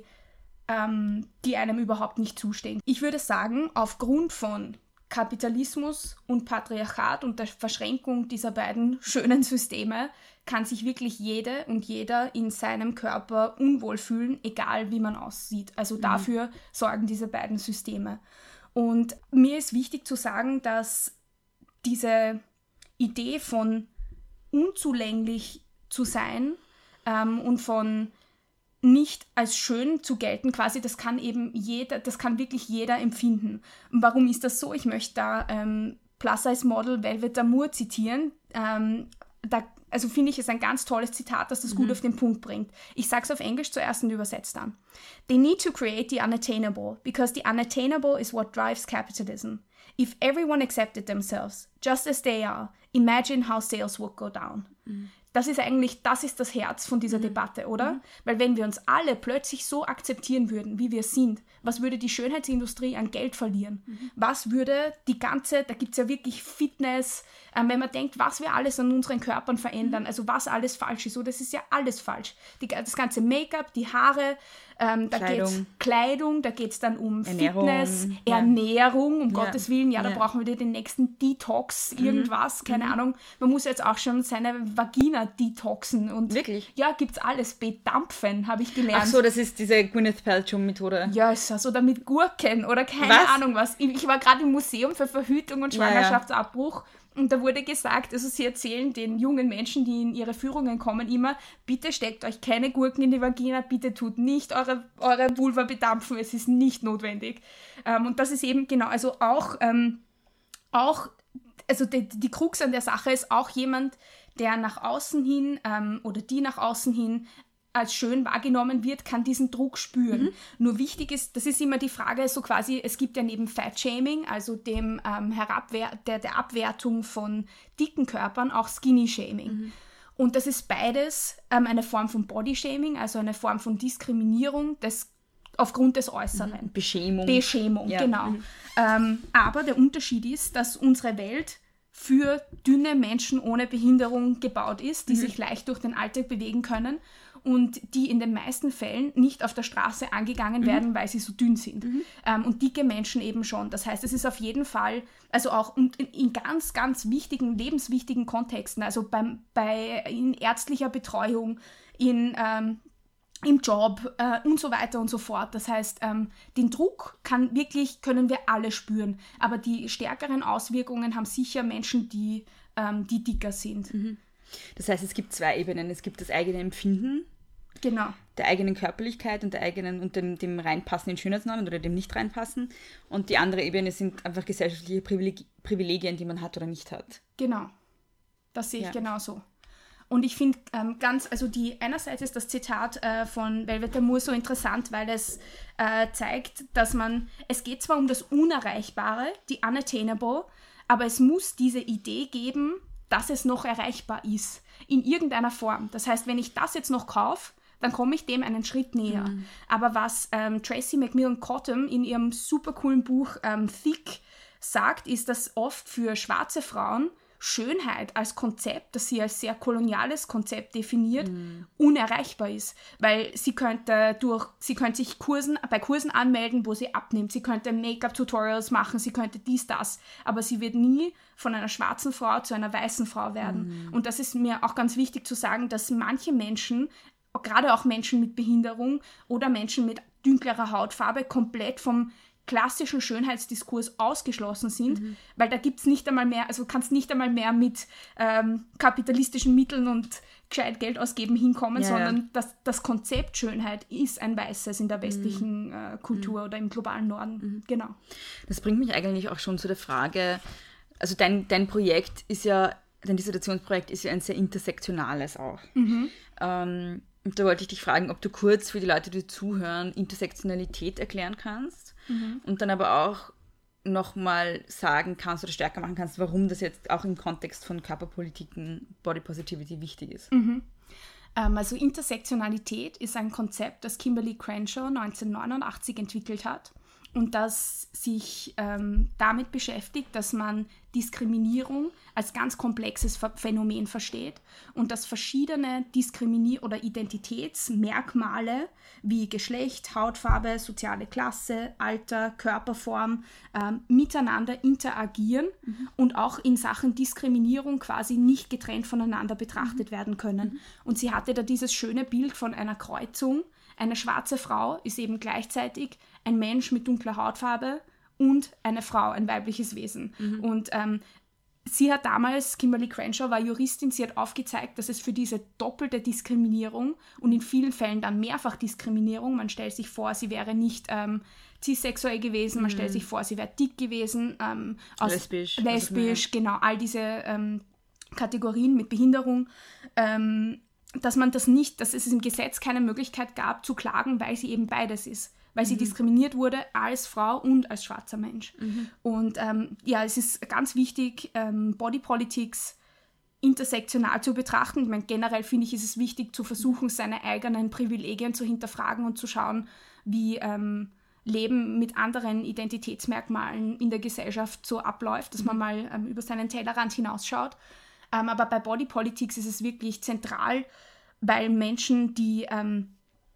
Speaker 4: ähm, die einem überhaupt nicht zustehen. Ich würde sagen, aufgrund von Kapitalismus und Patriarchat und der Verschränkung dieser beiden schönen Systeme kann sich wirklich jede und jeder in seinem Körper unwohl fühlen, egal wie man aussieht. Also mhm. dafür sorgen diese beiden Systeme. Und mir ist wichtig zu sagen, dass diese Idee von unzulänglich zu sein ähm, und von nicht als schön zu gelten, quasi, das kann eben jeder, das kann wirklich jeder empfinden. Und warum ist das so? Ich möchte da ähm, Plus-Size-Model Velvet Amour zitieren. Ähm, da, also finde ich es ein ganz tolles Zitat, das das mhm. gut auf den Punkt bringt. Ich sage es auf Englisch zuerst und übersetze dann. They need to create the unattainable, because the unattainable is what drives capitalism. If everyone accepted themselves, just as they are, imagine how sales would go down. Mhm. Das ist eigentlich, das ist das Herz von dieser mhm. Debatte, oder? Mhm. Weil wenn wir uns alle plötzlich so akzeptieren würden, wie wir sind, was würde die Schönheitsindustrie an Geld verlieren? Mhm. Was würde die ganze, da gibt es ja wirklich Fitness, ähm, wenn man denkt, was wir alles an unseren Körpern verändern, mhm. also was alles falsch ist, so, das ist ja alles falsch. Die, das ganze Make-up, die Haare, ähm, da geht es Kleidung, da geht es dann um
Speaker 5: Ernährung,
Speaker 4: Fitness,
Speaker 5: ja.
Speaker 4: Ernährung, um
Speaker 5: ja.
Speaker 4: Gottes Willen, ja, da
Speaker 5: ja.
Speaker 4: brauchen wir den nächsten Detox, irgendwas,
Speaker 5: mhm.
Speaker 4: keine
Speaker 5: mhm.
Speaker 4: Ahnung. Man muss jetzt auch schon seine Vagina detoxen und
Speaker 5: wirklich?
Speaker 4: Ja, gibt's alles. Bedampfen, habe ich gelernt.
Speaker 5: Ach so, das ist diese Gwyneth Paltrow-Methode.
Speaker 4: Ja, ist das. Oder mit Gurken oder keine
Speaker 5: was?
Speaker 4: Ahnung was. Ich war gerade im Museum für Verhütung und Schwangerschaftsabbruch ja, ja. und da wurde gesagt, also sie erzählen den jungen Menschen, die in ihre Führungen kommen, immer, bitte steckt euch keine Gurken in die Vagina, bitte tut nicht eure, eure Vulva bedampfen, es ist nicht notwendig. Ähm, und das ist eben genau, also auch, ähm, auch also die, die Krux an der Sache ist auch jemand, der nach außen hin ähm, oder die nach außen hin als schön wahrgenommen wird, kann diesen Druck spüren. Mhm. Nur wichtig ist, das ist immer die Frage, so quasi, es gibt ja neben Fat-Shaming, also dem ähm, Herabwer- der, der Abwertung von dicken Körpern, auch Skinny-Shaming. Mhm. Und das ist beides ähm, eine Form von Body-Shaming, also eine Form von Diskriminierung des aufgrund des Äußeren.
Speaker 5: Beschämung.
Speaker 4: Beschämung,
Speaker 5: ja.
Speaker 4: genau.
Speaker 5: Mhm.
Speaker 4: Ähm, aber der Unterschied ist, dass unsere Welt für dünne Menschen ohne Behinderung gebaut ist, die mhm. sich leicht durch den Alltag bewegen können und die in den meisten Fällen nicht auf der Straße angegangen mhm. werden, weil sie so dünn sind. Mhm. Ähm, und dicke Menschen eben schon. Das heißt, es ist auf jeden Fall, also auch in, in ganz, ganz wichtigen, lebenswichtigen Kontexten, also beim, bei, in ärztlicher Betreuung, in ähm, im Job äh, und so weiter und so fort. Das heißt, ähm, den Druck kann wirklich, können wir alle spüren. Aber die stärkeren Auswirkungen haben sicher Menschen, die, ähm, die dicker sind.
Speaker 5: Mhm. Das heißt, es gibt zwei Ebenen. Es gibt das eigene Empfinden
Speaker 4: genau.
Speaker 5: der eigenen Körperlichkeit und der eigenen und dem, dem Reinpassen in Schönheitsnormen oder dem Nicht-Reinpassen. Und die andere Ebene sind einfach gesellschaftliche Privileg- Privilegien, die man hat oder nicht hat.
Speaker 4: Genau. Das sehe ich
Speaker 5: ja.
Speaker 4: genauso. Und ich finde ähm, ganz, also die, einerseits ist das Zitat äh, von Velvet Amour so interessant, weil es äh, zeigt, dass man, es geht zwar um das Unerreichbare, die Unattainable, aber es muss diese Idee geben, dass es noch erreichbar ist, in irgendeiner Form. Das heißt, wenn ich das jetzt noch kaufe, dann komme ich dem einen Schritt näher. Mhm. Aber was ähm, Tracy McMillan Cottom in ihrem super coolen Buch ähm, Thick sagt, ist, dass oft für schwarze Frauen Schönheit als Konzept, das sie als sehr koloniales Konzept definiert, mm. unerreichbar ist. Weil sie könnte durch, sie könnte sich Kursen, bei Kursen anmelden, wo sie abnimmt. Sie könnte Make-up-Tutorials machen, sie könnte dies, das. Aber sie wird nie von einer schwarzen Frau zu einer weißen Frau werden. Mm. Und das ist mir auch ganz wichtig zu sagen, dass manche Menschen, gerade auch Menschen mit Behinderung oder Menschen mit dünklerer Hautfarbe, komplett vom klassischen Schönheitsdiskurs ausgeschlossen sind, mhm. weil da gibt es nicht einmal mehr, also kannst nicht einmal mehr mit ähm, kapitalistischen Mitteln und gescheit Geld ausgeben hinkommen, ja, sondern ja. Das, das Konzept Schönheit ist ein weißes in der westlichen mhm. äh, Kultur mhm. oder im globalen Norden. Mhm. Genau.
Speaker 5: Das bringt mich eigentlich auch schon zu der Frage, also dein, dein Projekt ist ja, dein Dissertationsprojekt ist ja ein sehr intersektionales auch. Mhm. Ähm, Und da wollte ich dich fragen, ob du kurz für die Leute, die zuhören, Intersektionalität erklären kannst mhm. und dann aber auch nochmal sagen kannst oder stärker machen kannst, warum das jetzt auch im Kontext von Körperpolitiken, Body Positivity wichtig ist.
Speaker 4: Mhm. Ähm, also Intersektionalität ist ein Konzept, das Kimberly Crenshaw neunzehnhundertneunundachtzig entwickelt hat und das sich ähm, damit beschäftigt, dass man Diskriminierung als ganz komplexes Phänomen versteht und dass verschiedene Diskriminier- oder Identitätsmerkmale wie Geschlecht, Hautfarbe, soziale Klasse, Alter, Körperform ähm, miteinander interagieren mhm. und auch in Sachen Diskriminierung quasi nicht getrennt voneinander betrachtet mhm. werden können. Mhm. Und sie hatte da dieses schöne Bild von einer Kreuzung. Eine schwarze Frau ist eben gleichzeitig ein Mensch mit dunkler Hautfarbe und eine Frau, ein weibliches Wesen. Mhm. Und ähm, sie hat damals, Kimberly Crenshaw war Juristin, sie hat aufgezeigt, dass es für diese doppelte Diskriminierung und in vielen Fällen dann Mehrfachdiskriminierung, man stellt sich vor, sie wäre nicht ähm, cissexuell gewesen, man mhm. stellt sich vor, sie wäre dick gewesen, ähm, aus
Speaker 5: lesbisch,
Speaker 4: lesbisch genau, all diese ähm, Kategorien mit Behinderung, ähm, dass man das nicht, dass es im Gesetz keine Möglichkeit gab zu klagen, weil sie eben beides ist. Weil mhm. sie diskriminiert wurde als Frau und als schwarzer Mensch. Mhm. Und ähm, ja, es ist ganz wichtig, ähm, Body Politics intersektional zu betrachten. Ich meine, generell finde ich, ist es wichtig, zu versuchen, seine eigenen Privilegien zu hinterfragen und zu schauen, wie ähm, Leben mit anderen Identitätsmerkmalen in der Gesellschaft so abläuft, dass man mal ähm, über seinen Tellerrand hinausschaut. Ähm, aber bei Body Politics ist es wirklich zentral, weil Menschen, die ähm,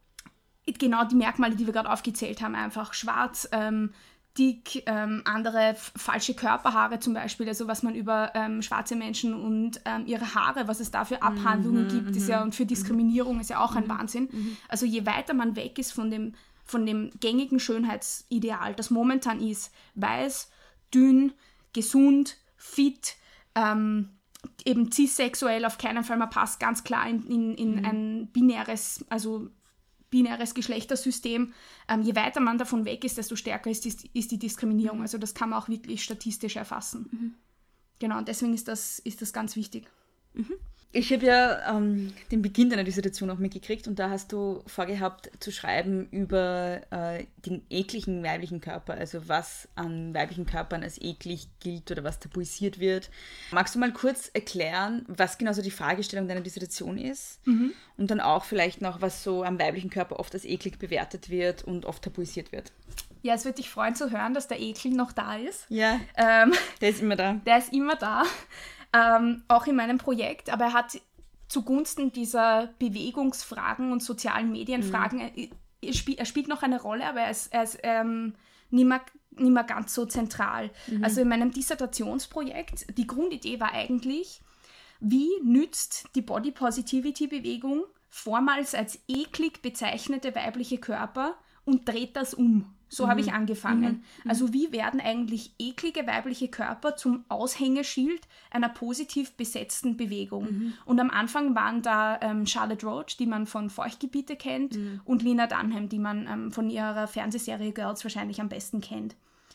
Speaker 4: genau die Merkmale, die wir gerade aufgezählt haben, einfach schwarz, ähm, dick, ähm, andere f- falsche Körperhaare zum Beispiel, also was man über ähm, schwarze Menschen und ähm, ihre Haare, was es da für Abhandlungen mhm, gibt, ist ja, und für Diskriminierung ist ja auch ein mhm, Wahnsinn. Mhm. Also je weiter man weg ist von dem, von dem gängigen Schönheitsideal, das momentan ist, weiß, dünn, gesund, fit, ähm, eben cissexuell, auf keinen Fall, man passt ganz klar in, in, in mhm. ein binäres, also binäres Geschlechtersystem. Ähm, je weiter man davon weg ist, desto stärker ist die, ist die Diskriminierung. Mhm. Also das kann man auch wirklich statistisch erfassen. Mhm. Genau, und deswegen ist das, ist das ganz wichtig.
Speaker 5: Mhm. Ich habe ja ähm, den Beginn deiner Dissertation auch mitgekriegt und da hast du vorgehabt zu schreiben über äh, den ekligen weiblichen Körper, also was an weiblichen Körpern als eklig gilt oder was tabuisiert wird. Magst du mal kurz erklären, was genau so die Fragestellung deiner Dissertation ist mhm. und dann auch vielleicht noch, was so am weiblichen Körper oft als eklig bewertet wird und oft tabuisiert wird?
Speaker 4: Ja, es würde dich freuen zu hören, dass der Ekel noch da ist.
Speaker 5: Ja,
Speaker 4: ähm,
Speaker 5: der ist immer da.
Speaker 4: Der ist immer da. Ähm, auch in meinem Projekt, aber er hat zugunsten dieser Bewegungsfragen und sozialen Medienfragen, mhm. er, er, spiel, er spielt noch eine Rolle, aber er ist, er ist ähm, nicht, mehr, nicht mehr ganz so zentral. Mhm. Also in meinem Dissertationsprojekt, die Grundidee war eigentlich, wie nützt die Body Positivity Bewegung vormals als eklig bezeichnete weibliche Körper und dreht das um. So mhm. habe ich angefangen. Mhm. Also wie werden eigentlich eklige weibliche Körper zum Aushängeschild einer positiv besetzten Bewegung? Mhm. Und am Anfang waren da ähm, Charlotte Roach, die man von Feuchtgebiete kennt, mhm. und Lena Dunham, die man ähm, von ihrer Fernsehserie Girls wahrscheinlich am besten kennt.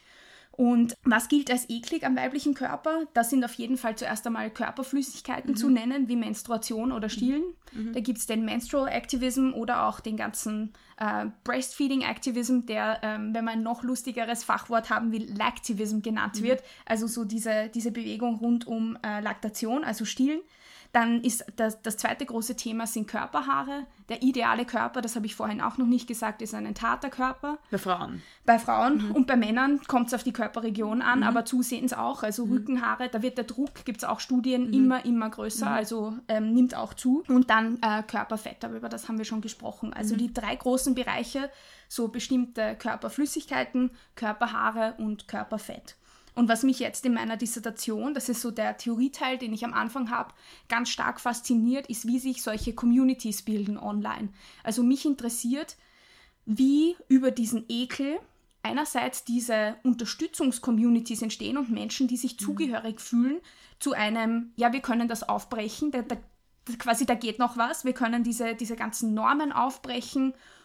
Speaker 4: Und was gilt als eklig am weiblichen Körper? Das sind auf jeden Fall zuerst einmal Körperflüssigkeiten mhm. zu nennen, wie Menstruation oder Stillen. Mhm. Da gibt es den Menstrual Activism oder auch den ganzen äh, Breastfeeding Activism, der, ähm, wenn man ein noch lustigeres Fachwort haben will, Lactivism genannt mhm. wird. Also so diese, diese Bewegung rund um äh, Laktation, also Stillen. Dann ist das, das zweite große Thema sind Körperhaare. Der ideale Körper, das habe ich vorhin auch noch nicht gesagt, ist ein enthaarter Körper.
Speaker 5: Bei Frauen.
Speaker 4: Bei Frauen. Mhm. Und bei Männern kommt es auf die Körperregion an, mhm. aber zusehends auch. Also mhm. Rückenhaare, da wird der Druck, gibt es auch Studien, mhm. immer, immer größer, mhm. also ähm, nimmt auch zu. Und dann äh, Körperfett, aber über das haben wir schon gesprochen. Also mhm. die drei großen Bereiche, so bestimmte Körperflüssigkeiten, Körperhaare und Körperfett. Und was mich jetzt in meiner Dissertation, das ist so der Theorieteil, den ich am Anfang habe, ganz stark fasziniert, ist, wie sich solche Communities bilden online. Also mich interessiert, wie über diesen Ekel einerseits diese Unterstützungscommunities entstehen und Menschen, die sich mhm. zugehörig fühlen zu einem, ja, wir können das aufbrechen, da, da, quasi da geht noch was, wir können diese, diese ganzen Normen aufbrechen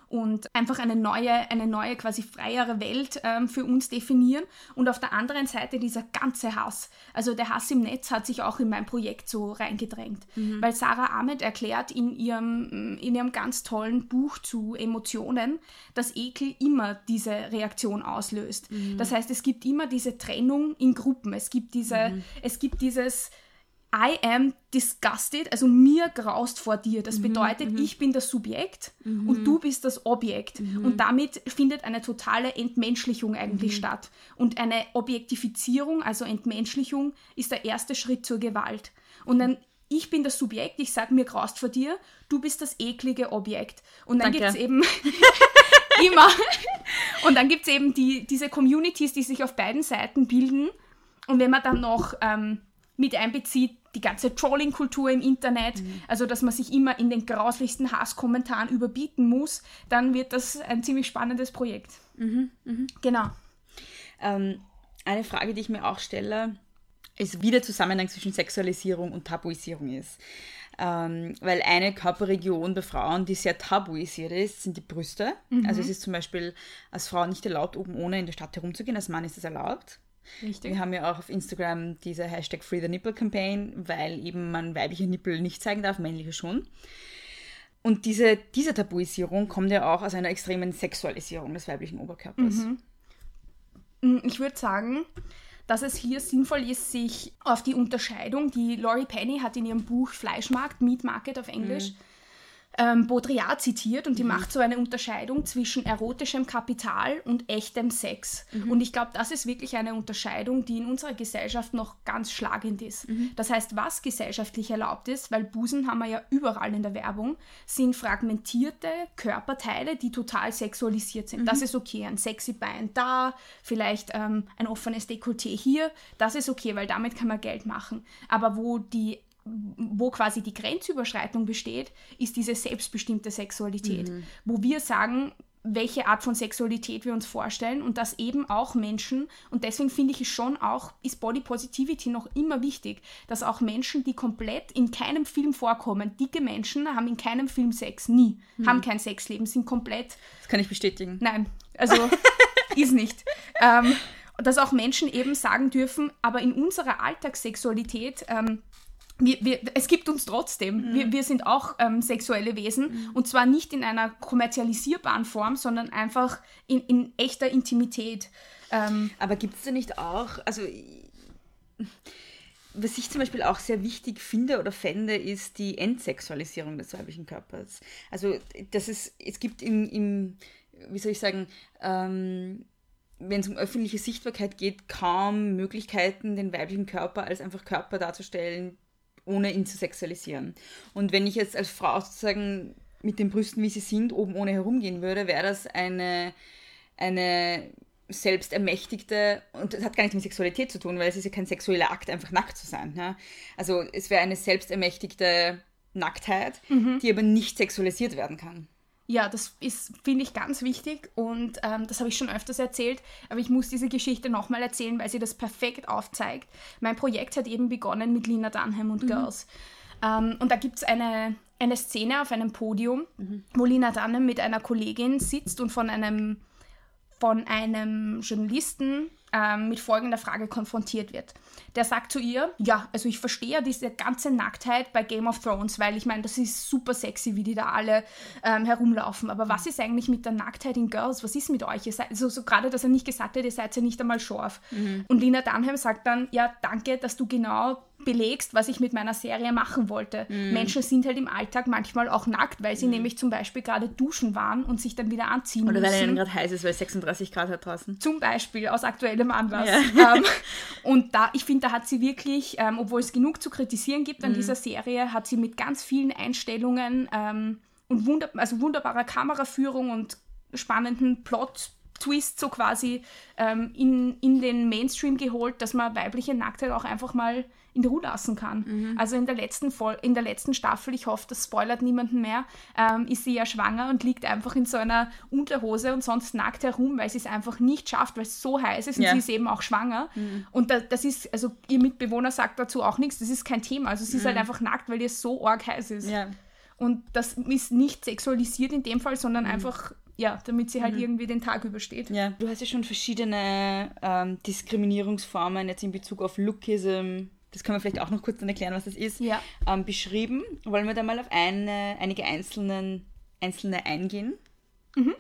Speaker 4: und einfach eine neue, eine neue quasi freiere Welt ähm, für uns definieren. Und auf der anderen Seite dieser ganze Hass. Also der Hass im Netz hat sich auch in mein Projekt so reingedrängt. Mhm. Weil Sara Ahmed erklärt in ihrem, in ihrem ganz tollen Buch zu Emotionen, dass Ekel immer diese Reaktion auslöst. Mhm. Das heißt, es gibt immer diese Trennung in Gruppen. Es gibt diese, mhm. es gibt dieses I am disgusted, also mir graust vor dir. Das bedeutet, mhm. ich bin das Subjekt mhm. und du bist das Objekt. Mhm. Und damit findet eine totale Entmenschlichung eigentlich mhm. statt. Und eine Objektifizierung, also Entmenschlichung, ist der erste Schritt zur Gewalt. Und dann, ich bin das Subjekt, ich sage, mir graust vor dir, du bist das eklige Objekt. Und dann gibt es eben immer, und dann gibt es eben die, diese Communities, die sich auf beiden Seiten bilden. Und wenn man dann noch ähm, mit einbezieht, die ganze Trolling-Kultur im Internet, mhm. also dass man sich immer in den grauslichsten Hasskommentaren überbieten muss, dann wird das ein ziemlich spannendes Projekt.
Speaker 5: Mhm, mh.
Speaker 4: Genau.
Speaker 5: Ähm, eine Frage, die ich mir auch stelle, ist, wie der Zusammenhang zwischen Sexualisierung und Tabuisierung ist. Ähm, weil eine Körperregion bei Frauen, die sehr tabuisiert ist, sind die Brüste. Mhm. Also es ist zum Beispiel als Frau nicht erlaubt, oben ohne in der Stadt herumzugehen, als Mann ist es erlaubt.
Speaker 4: Richtig.
Speaker 5: Wir haben ja auch auf Instagram diese Hashtag Free the Nipple Campaign, weil eben man weibliche Nippel nicht zeigen darf, männliche schon. Und diese, diese Tabuisierung kommt ja auch aus einer extremen Sexualisierung des weiblichen Oberkörpers.
Speaker 4: Mhm. Ich würde sagen, dass es hier sinnvoll ist, sich auf die Unterscheidung, die Laurie Penny hat in ihrem Buch Fleischmarkt, Meat Market auf Englisch, mhm. ähm, Baudrillard zitiert und die mhm. macht so eine Unterscheidung zwischen erotischem Kapital und echtem Sex. Mhm. Und ich glaube, das ist wirklich eine Unterscheidung, die in unserer Gesellschaft noch ganz schlagend ist. Mhm. Das heißt, was gesellschaftlich erlaubt ist, weil Busen haben wir ja überall in der Werbung, sind fragmentierte Körperteile, die total sexualisiert sind. Mhm. Das ist okay, ein sexy Bein da, vielleicht ähm, ein offenes Dekolleté hier, das ist okay, weil damit kann man Geld machen. Aber wo die wo quasi die Grenzüberschreitung besteht, ist diese selbstbestimmte Sexualität, mhm. wo wir sagen, welche Art von Sexualität wir uns vorstellen und dass eben auch Menschen, und deswegen finde ich es schon auch, ist Body Positivity noch immer wichtig, dass auch Menschen, die komplett in keinem Film vorkommen, dicke Menschen haben in keinem Film Sex, nie, mhm. haben kein Sexleben, sind komplett...
Speaker 5: Das kann ich bestätigen.
Speaker 4: Nein, also ist nicht. Ähm, dass auch Menschen eben sagen dürfen, aber in unserer Alltagssexualität... Ähm, Wir, wir, es gibt uns trotzdem. Mhm. Wir, wir sind auch ähm, sexuelle Wesen mhm. und zwar nicht in einer kommerzialisierbaren Form, sondern einfach in, in echter Intimität. Ähm,
Speaker 5: Aber gibt es da nicht auch, also was ich zum Beispiel auch sehr wichtig finde oder fände, ist die Entsexualisierung des weiblichen Körpers. Also das ist, es gibt im, im wie soll ich sagen, ähm, wenn es um öffentliche Sichtbarkeit geht, kaum Möglichkeiten, den weiblichen Körper als einfach Körper darzustellen, ohne ihn zu sexualisieren. Und wenn ich jetzt als Frau sozusagen mit den Brüsten, wie sie sind, oben ohne herumgehen würde, wäre das eine, eine selbstermächtigte, und das hat gar nichts mit Sexualität zu tun, weil es ist ja kein sexueller Akt, einfach nackt zu sein. Ja? Also es wäre eine selbstermächtigte Nacktheit, mhm. die aber nicht sexualisiert werden kann.
Speaker 4: Ja, das ist, finde ich, ganz wichtig und ähm, das habe ich schon öfters erzählt, aber ich muss diese Geschichte nochmal erzählen, weil sie das perfekt aufzeigt. Mein Projekt hat eben begonnen mit Lena Dunham und mhm. Girls. Ähm, und da gibt es eine, eine Szene auf einem Podium, mhm. wo Lena Dunham mit einer Kollegin sitzt und von einem, von einem Journalisten ähm, mit folgender Frage konfrontiert wird. Der sagt zu ihr, ja, also ich verstehe ja diese ganze Nacktheit bei Game of Thrones, weil ich meine, das ist super sexy, wie die da alle ähm, herumlaufen. Aber was ist eigentlich mit der Nacktheit in Girls? Was ist mit euch? Ihr seid, also so gerade, dass er nicht gesagt hat, ihr seid ja nicht einmal scharf. Mhm. Und Lena Dunham sagt dann, ja, danke, dass du genau belegst, was ich mit meiner Serie machen wollte. Mhm. Menschen sind halt im Alltag manchmal auch nackt, weil sie mhm. nämlich zum Beispiel gerade duschen waren und sich dann wieder anziehen
Speaker 5: Oder
Speaker 4: müssen.
Speaker 5: weil ihnen gerade heiß ist, weil es sechsunddreißig Grad hat draußen.
Speaker 4: Zum Beispiel, aus aktuellem Anlass. Ja. Ähm, und da, ich finde, da hat sie wirklich, ähm, obwohl es genug zu kritisieren gibt an mhm. dieser Serie, hat sie mit ganz vielen Einstellungen ähm, und wunder- also wunderbarer Kameraführung und spannenden Plot Twist so quasi ähm, in, in den Mainstream geholt, dass man weibliche Nacktheit auch einfach mal in Ruhe lassen kann. Mhm. Also in der letzten Vol- in der letzten Staffel, ich hoffe, das spoilert niemanden mehr, ähm, ist sie ja schwanger und liegt einfach in so einer Unterhose und sonst nackt herum, weil sie es einfach nicht schafft, weil es so heiß ist und ja. sie ist eben auch schwanger. Mhm. Und da, das ist, also ihr Mitbewohner sagt dazu auch nichts, das ist kein Thema. Also sie ist mhm. halt einfach nackt, weil ihr so arg heiß ist.
Speaker 5: Ja.
Speaker 4: Und das ist nicht sexualisiert in dem Fall, sondern
Speaker 5: mhm.
Speaker 4: einfach, ja, damit sie halt
Speaker 5: mhm.
Speaker 4: irgendwie den Tag übersteht.
Speaker 5: Ja, du hast ja schon verschiedene ähm, Diskriminierungsformen jetzt in Bezug auf Lookism, das können wir vielleicht auch noch kurz dann erklären, was das ist,
Speaker 4: ja.
Speaker 5: ähm, beschrieben. Wollen wir da mal auf eine, einige einzelne, einzelne eingehen?
Speaker 4: Mhm.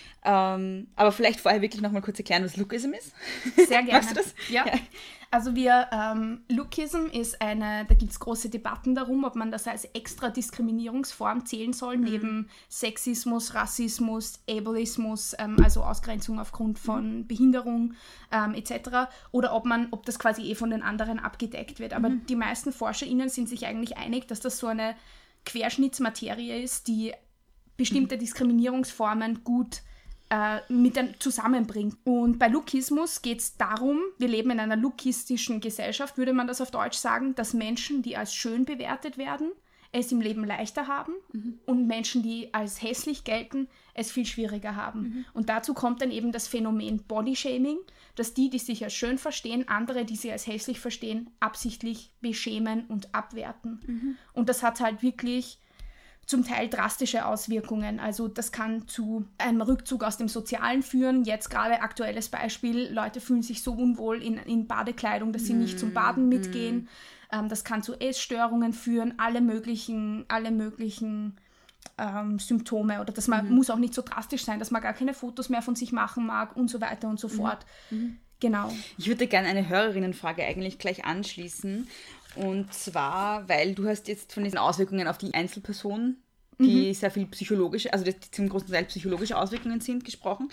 Speaker 5: Ähm, aber vielleicht vorher wirklich noch mal kurz erklären, was Lookism ist.
Speaker 4: Sehr gerne.
Speaker 5: Magst du das?
Speaker 4: Ja. ja. Also wir, ähm, Lookism ist eine, da gibt es große Debatten darum, ob man das als extra Diskriminierungsform zählen soll, mhm. neben Sexismus, Rassismus, Ableismus, ähm, also Ausgrenzung aufgrund von mhm. Behinderung ähm, et cetera. Oder ob man, ob das quasi eh von den anderen abgedeckt wird. Aber mhm. die meisten ForscherInnen sind sich eigentlich einig, dass das so eine Querschnittsmaterie ist, die bestimmte mhm. Diskriminierungsformen gut äh, mit ein, zusammenbringt. Und bei Lookismus geht es darum, wir leben in einer lookistischen Gesellschaft, würde man das auf Deutsch sagen, dass Menschen, die als schön bewertet werden, es im Leben leichter haben mhm. und Menschen, die als hässlich gelten, es viel schwieriger haben. Mhm. Und dazu kommt dann eben das Phänomen Bodyshaming, dass die, die sich als schön verstehen, andere, die sie als hässlich verstehen, absichtlich beschämen und abwerten. Mhm. Und das hat halt wirklich zum Teil drastische Auswirkungen. Also das kann zu einem Rückzug aus dem Sozialen führen. Jetzt gerade aktuelles Beispiel, Leute fühlen sich so unwohl in, in Badekleidung, dass sie mm. nicht zum Baden mitgehen. Mm. Ähm, das kann zu Essstörungen führen, alle möglichen, alle möglichen ähm, Symptome. Oder das man, mm. muss auch nicht so drastisch sein, dass man gar keine Fotos mehr von sich machen mag und so weiter und so fort. Mm. Genau.
Speaker 5: Ich würde gerne eine Hörerinnenfrage eigentlich gleich anschließen. Und zwar, weil du hast jetzt von diesen Auswirkungen auf die Einzelperson, die mhm. sehr viel psychologische, also die zum großen Teil psychologische Auswirkungen sind, gesprochen.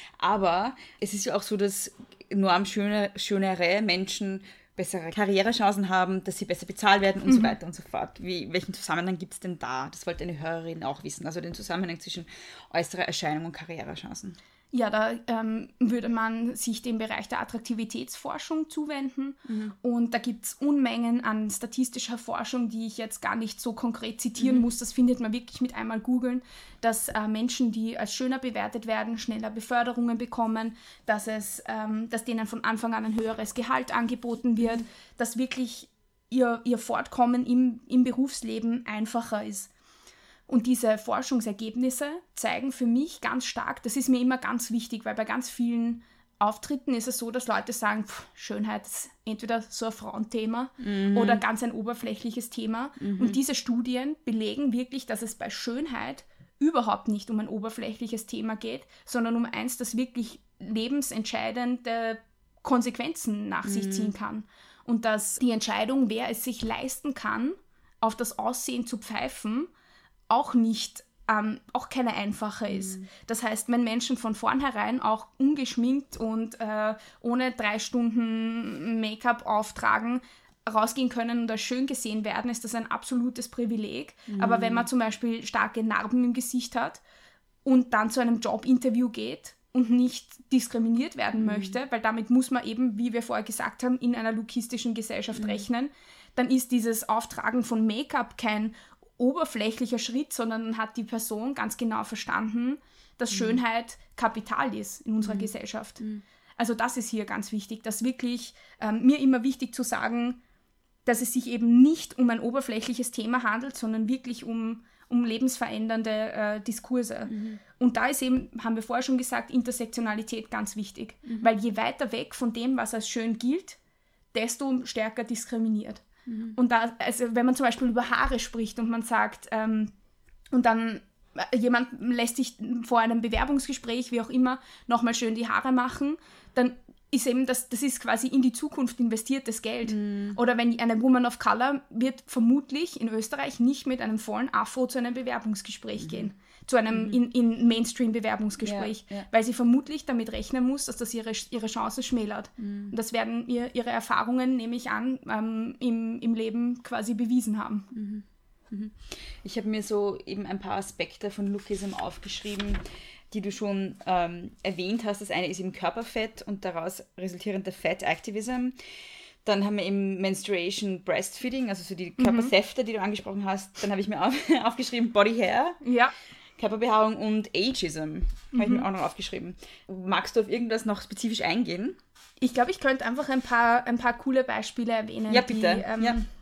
Speaker 5: Aber es ist ja auch so, dass norm schöne, schönere Menschen bessere Karrierechancen haben, dass sie besser bezahlt werden und mhm. so weiter und so fort. Wie, welchen Zusammenhang gibt es denn da? Das wollte eine Hörerin auch wissen. Also den Zusammenhang zwischen äußerer Erscheinung und Karrierechancen.
Speaker 4: Ja, da ähm, würde man sich dem Bereich der Attraktivitätsforschung zuwenden. Mhm. Und da gibt es Unmengen an statistischer Forschung, die ich jetzt gar nicht so konkret zitieren mhm. muss. Das findet man wirklich mit einmal googeln, dass äh, Menschen, die als schöner bewertet werden, schneller Beförderungen bekommen, dass, es, ähm, dass denen von Anfang an ein höheres Gehalt angeboten wird, mhm. dass wirklich ihr, ihr Fortkommen im, im Berufsleben einfacher ist. Und diese Forschungsergebnisse zeigen für mich ganz stark, das ist mir immer ganz wichtig, weil bei ganz vielen Auftritten ist es so, dass Leute sagen, pff, Schönheit ist entweder so ein Frauenthema mhm. oder ganz ein oberflächliches Thema. Mhm. Und diese Studien belegen wirklich, dass es bei Schönheit überhaupt nicht um ein oberflächliches Thema geht, sondern um eins, das wirklich lebensentscheidende Konsequenzen nach mhm. sich ziehen kann. Und dass die Entscheidung, wer es sich leisten kann, auf das Aussehen zu pfeifen, auch nicht, ähm, auch keine einfache ist. Mhm. Das heißt, wenn Menschen von vornherein auch ungeschminkt und äh, ohne drei Stunden Make-up auftragen, rausgehen können und als schön gesehen werden, ist das ein absolutes Privileg. Mhm. Aber wenn man zum Beispiel starke Narben im Gesicht hat und dann zu einem Jobinterview geht und nicht diskriminiert werden mhm. möchte, weil damit muss man eben, wie wir vorher gesagt haben, in einer lookistischen Gesellschaft mhm. rechnen, dann ist dieses Auftragen von Make-up kein oberflächlicher Schritt, sondern dann hat die Person ganz genau verstanden, dass mhm. Schönheit Kapital ist in unserer mhm. Gesellschaft. Mhm. Also das ist hier ganz wichtig, dass wirklich ähm, mir immer wichtig zu sagen, dass es sich eben nicht um ein oberflächliches Thema handelt, sondern wirklich um, um lebensverändernde äh, Diskurse. Mhm. Und da ist eben, haben wir vorher schon gesagt, Intersektionalität ganz wichtig, mhm. weil je weiter weg von dem, was als schön gilt, desto stärker diskriminiert. Mhm. Und da, also wenn man zum Beispiel über Haare spricht und man sagt, ähm, und dann jemand lässt sich vor einem Bewerbungsgespräch, wie auch immer, nochmal schön die Haare machen, dann ist eben das, das ist quasi in die Zukunft investiertes Geld. Mhm. Oder wenn eine Woman of Color wird vermutlich in Österreich nicht mit einem vollen Afro zu einem Bewerbungsgespräch mhm. gehen, zu einem mhm. in, in Mainstream-Bewerbungsgespräch, ja, ja. weil sie vermutlich damit rechnen muss, dass das ihre, ihre Chancen schmälert. Mhm. Und das werden ihr, ihre Erfahrungen, nehme ich an, ähm, im, im Leben quasi bewiesen haben.
Speaker 5: Mhm. Mhm. Ich habe mir so eben ein paar Aspekte von Lookism aufgeschrieben, die du schon ähm, erwähnt hast. Das eine ist eben Körperfett und daraus resultierende Fat Activism. Dann haben wir eben Menstruation, Breastfeeding, also so die Körpersäfte, die du angesprochen hast. Dann habe ich mir auf, aufgeschrieben Body Hair,
Speaker 4: ja.
Speaker 5: Körperbehaarung und Ageism. Mhm. Habe ich mir auch noch aufgeschrieben. Magst du auf irgendwas noch spezifisch eingehen?
Speaker 4: Ich glaube, ich könnte einfach ein paar, ein paar coole Beispiele erwähnen,
Speaker 5: ja, bitte.
Speaker 4: Die, ähm,
Speaker 5: ja.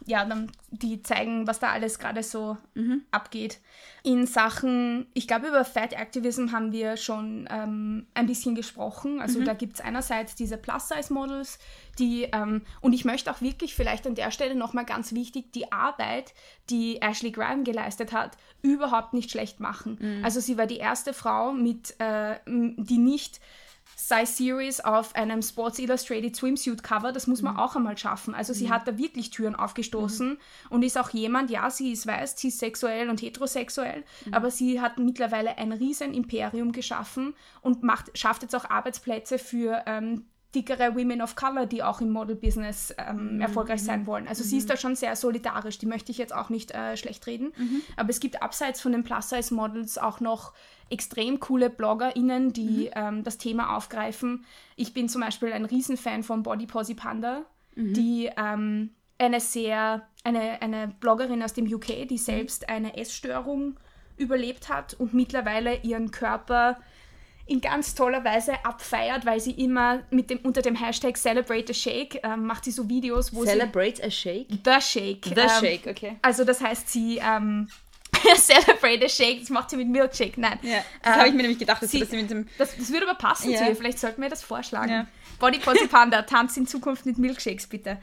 Speaker 4: ja, dann die zeigen, was da alles gerade so mhm. abgeht. In Sachen, ich glaube, über Fat Activism haben wir schon ähm, ein bisschen gesprochen. Also mhm. da gibt es einerseits diese Plus-Size-Models, die, ähm, und ich möchte auch wirklich vielleicht an der Stelle nochmal ganz wichtig, die Arbeit, die Ashley Graham geleistet hat, überhaupt nicht schlecht machen. Mhm. Also sie war die erste Frau, mit, äh, die nicht Size Series auf einem Sports Illustrated Swimsuit Cover, das muss man mhm. auch einmal schaffen. Also sie mhm. hat da wirklich Türen aufgestoßen mhm. und ist auch jemand, ja, sie ist weiß, sie ist sexuell und heterosexuell, mhm. aber sie hat mittlerweile ein riesen Imperium geschaffen und macht, schafft jetzt auch Arbeitsplätze für ähm, dickere Women of Color, die auch im Model-Business ähm, mhm. erfolgreich sein wollen. Also mhm. sie ist da schon sehr solidarisch, die möchte ich jetzt auch nicht äh, schlecht reden. Mhm. Aber es gibt abseits von den Plus-Size-Models auch noch extrem coole BloggerInnen, die mhm. ähm, das Thema aufgreifen. Ich bin zum Beispiel ein Riesenfan von Body Posy Panda, mhm. die ähm, eine sehr, eine, eine Bloggerin aus dem U K, die selbst eine Essstörung überlebt hat und mittlerweile ihren Körper in ganz toller Weise abfeiert, weil sie immer mit dem, unter dem Hashtag Celebrate a Shake ähm, macht sie so Videos, wo
Speaker 5: Celebrate
Speaker 4: sie...
Speaker 5: a Shake?
Speaker 4: The Shake.
Speaker 5: The
Speaker 4: ähm,
Speaker 5: Shake, okay.
Speaker 4: Also das heißt, sie... Ähm, Celebrate a Shake, das macht sie mit Milkshake, nein.
Speaker 5: Ja, das ähm, habe ich mir nämlich gedacht, dass
Speaker 4: sie,
Speaker 5: sie das mit dem...
Speaker 4: Das, das würde aber passen
Speaker 5: ja.
Speaker 4: zu ihr, vielleicht sollten wir das vorschlagen.
Speaker 5: Ja.
Speaker 4: Body Posy Panda, tanzt in Zukunft mit Milkshakes, bitte.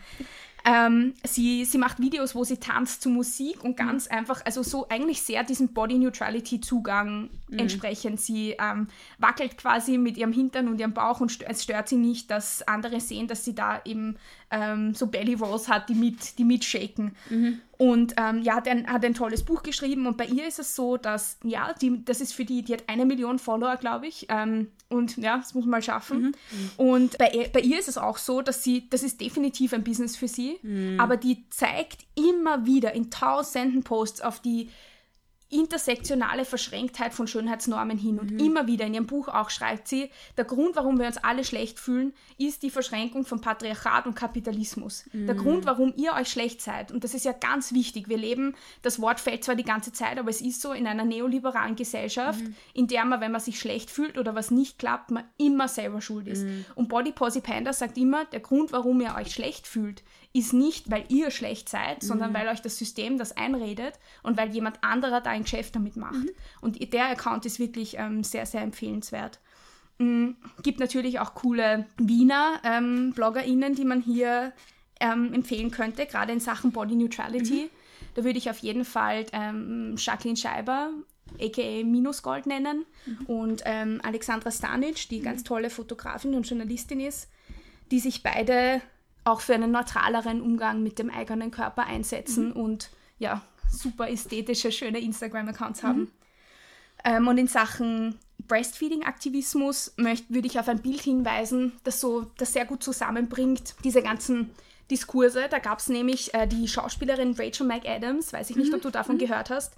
Speaker 4: Ähm, sie, sie macht Videos, wo sie tanzt zu Musik und ganz mhm. einfach, also so eigentlich sehr diesen Body-Neutrality-Zugang mhm. entsprechend. Sie ähm, wackelt quasi mit ihrem Hintern und ihrem Bauch und stört, es stört sie nicht, dass andere sehen, dass sie da eben ähm, so Belly-Rolls hat, die mit, die mitshaken. Mhm. Und ähm, ja, hat ein, hat ein tolles Buch geschrieben und bei ihr ist es so, dass, ja, die, das ist für die, die hat eine Million Follower, glaube ich, ähm, und ja, das muss man mal schaffen. Mhm. Und bei, bei ihr ist es auch so, dass sie, das ist definitiv ein Business für sie, mhm. aber die zeigt immer wieder in tausenden Posts auf die intersektionale Verschränktheit von Schönheitsnormen hin und mhm. immer wieder in ihrem Buch auch schreibt sie, der Grund, warum wir uns alle schlecht fühlen, ist die Verschränkung von Patriarchat und Kapitalismus. Mhm. Der Grund, warum ihr euch schlecht seid, und das ist ja ganz wichtig, wir leben, das Wort fällt zwar die ganze Zeit, aber es ist so in einer neoliberalen Gesellschaft, mhm. in der man, wenn man sich schlecht fühlt oder was nicht klappt, man immer selber schuld ist. Mhm. Und Body Posy Panda sagt immer, der Grund, warum ihr euch schlecht fühlt, ist nicht, weil ihr schlecht seid, sondern mhm. weil euch das System das einredet und weil jemand anderer da ein Geschäft damit macht. Mhm. Und der Account ist wirklich ähm, sehr, sehr empfehlenswert. Mhm. Gibt natürlich auch coole Wiener ähm, BloggerInnen, die man hier ähm, empfehlen könnte, gerade in Sachen Body Neutrality. Mhm. Da würde ich auf jeden Fall ähm, Jacqueline Scheiber, aka Minusgold, nennen mhm. und ähm, Alexandra Stanic, die mhm. ganz tolle Fotografin und Journalistin ist, die sich beide auch für einen neutraleren Umgang mit dem eigenen Körper einsetzen mhm. und ja, super ästhetische, schöne Instagram-Accounts haben. Mhm. Ähm, und in Sachen Breastfeeding-Aktivismus würde ich auf ein Bild hinweisen, das so das sehr gut zusammenbringt, diese ganzen Diskurse. Da gab es nämlich äh, die Schauspielerin Rachel McAdams, weiß ich nicht, mhm. ob du davon mhm. gehört hast,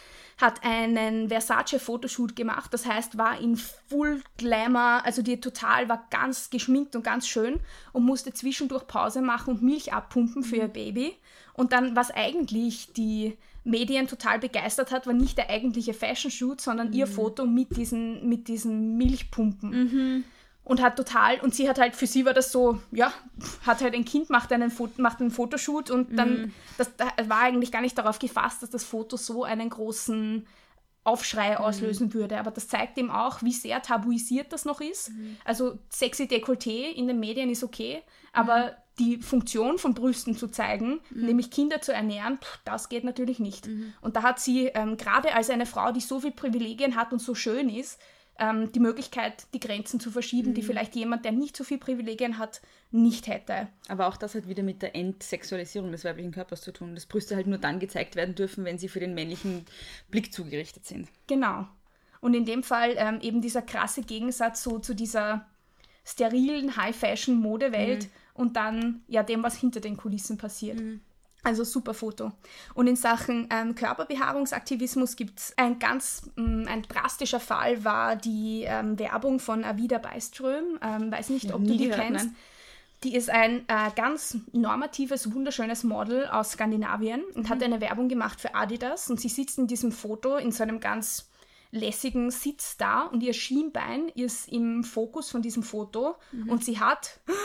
Speaker 4: hat einen Versace-Fotoshoot gemacht, das heißt, war in Full Glamour, also die total war ganz geschminkt und ganz schön und musste zwischendurch Pause machen und Milch abpumpen für ihr Baby. Und dann, was eigentlich die Medien total begeistert hat, war nicht der eigentliche Fashion-Shoot, sondern mhm. ihr Foto mit diesen, mit diesen Milchpumpen. Mhm. Und hat total, und sie hat halt, für sie war das so, ja, hat halt ein Kind, macht einen, Foto, macht einen Fotoshoot und dann, mhm. das da war eigentlich gar nicht darauf gefasst, dass das Foto so einen großen Aufschrei mhm. auslösen würde. Aber das zeigt eben auch, wie sehr tabuisiert das noch ist. Mhm. Also sexy Dekolleté in den Medien ist okay, aber mhm. die Funktion von Brüsten zu zeigen, mhm. nämlich Kinder zu ernähren, pff, das geht natürlich nicht. Mhm. Und da hat sie, ähm, gerade als eine Frau, die so viele Privilegien hat und so schön ist, die Möglichkeit, die Grenzen zu verschieben, mhm. die vielleicht jemand, der nicht so viel Privilegien hat, nicht hätte.
Speaker 5: Aber auch das hat wieder mit der Entsexualisierung des weiblichen Körpers zu tun, dass Brüste halt nur dann gezeigt werden dürfen, wenn sie für den männlichen Blick zugerichtet sind.
Speaker 4: Genau. Und in dem Fall ähm, eben dieser krasse Gegensatz so zu dieser sterilen High-Fashion-Modewelt mhm. und dann ja dem, was hinter den Kulissen passiert. Mhm. Also super Foto. Und in Sachen ähm, Körperbehaarungsaktivismus gibt es ein ganz, mh, ein drastischer Fall, war die ähm, Werbung von Avida Byström. Ähm, weiß nicht, ja, ob du die gehört, kennst. Nein. Die ist ein äh, ganz normatives, wunderschönes Model aus Skandinavien und mhm. hat eine Werbung gemacht für Adidas. Und sie sitzt in diesem Foto in so einem ganz lässigen Sitz da und ihr Schienbein ist im Fokus von diesem Foto mhm. und sie hat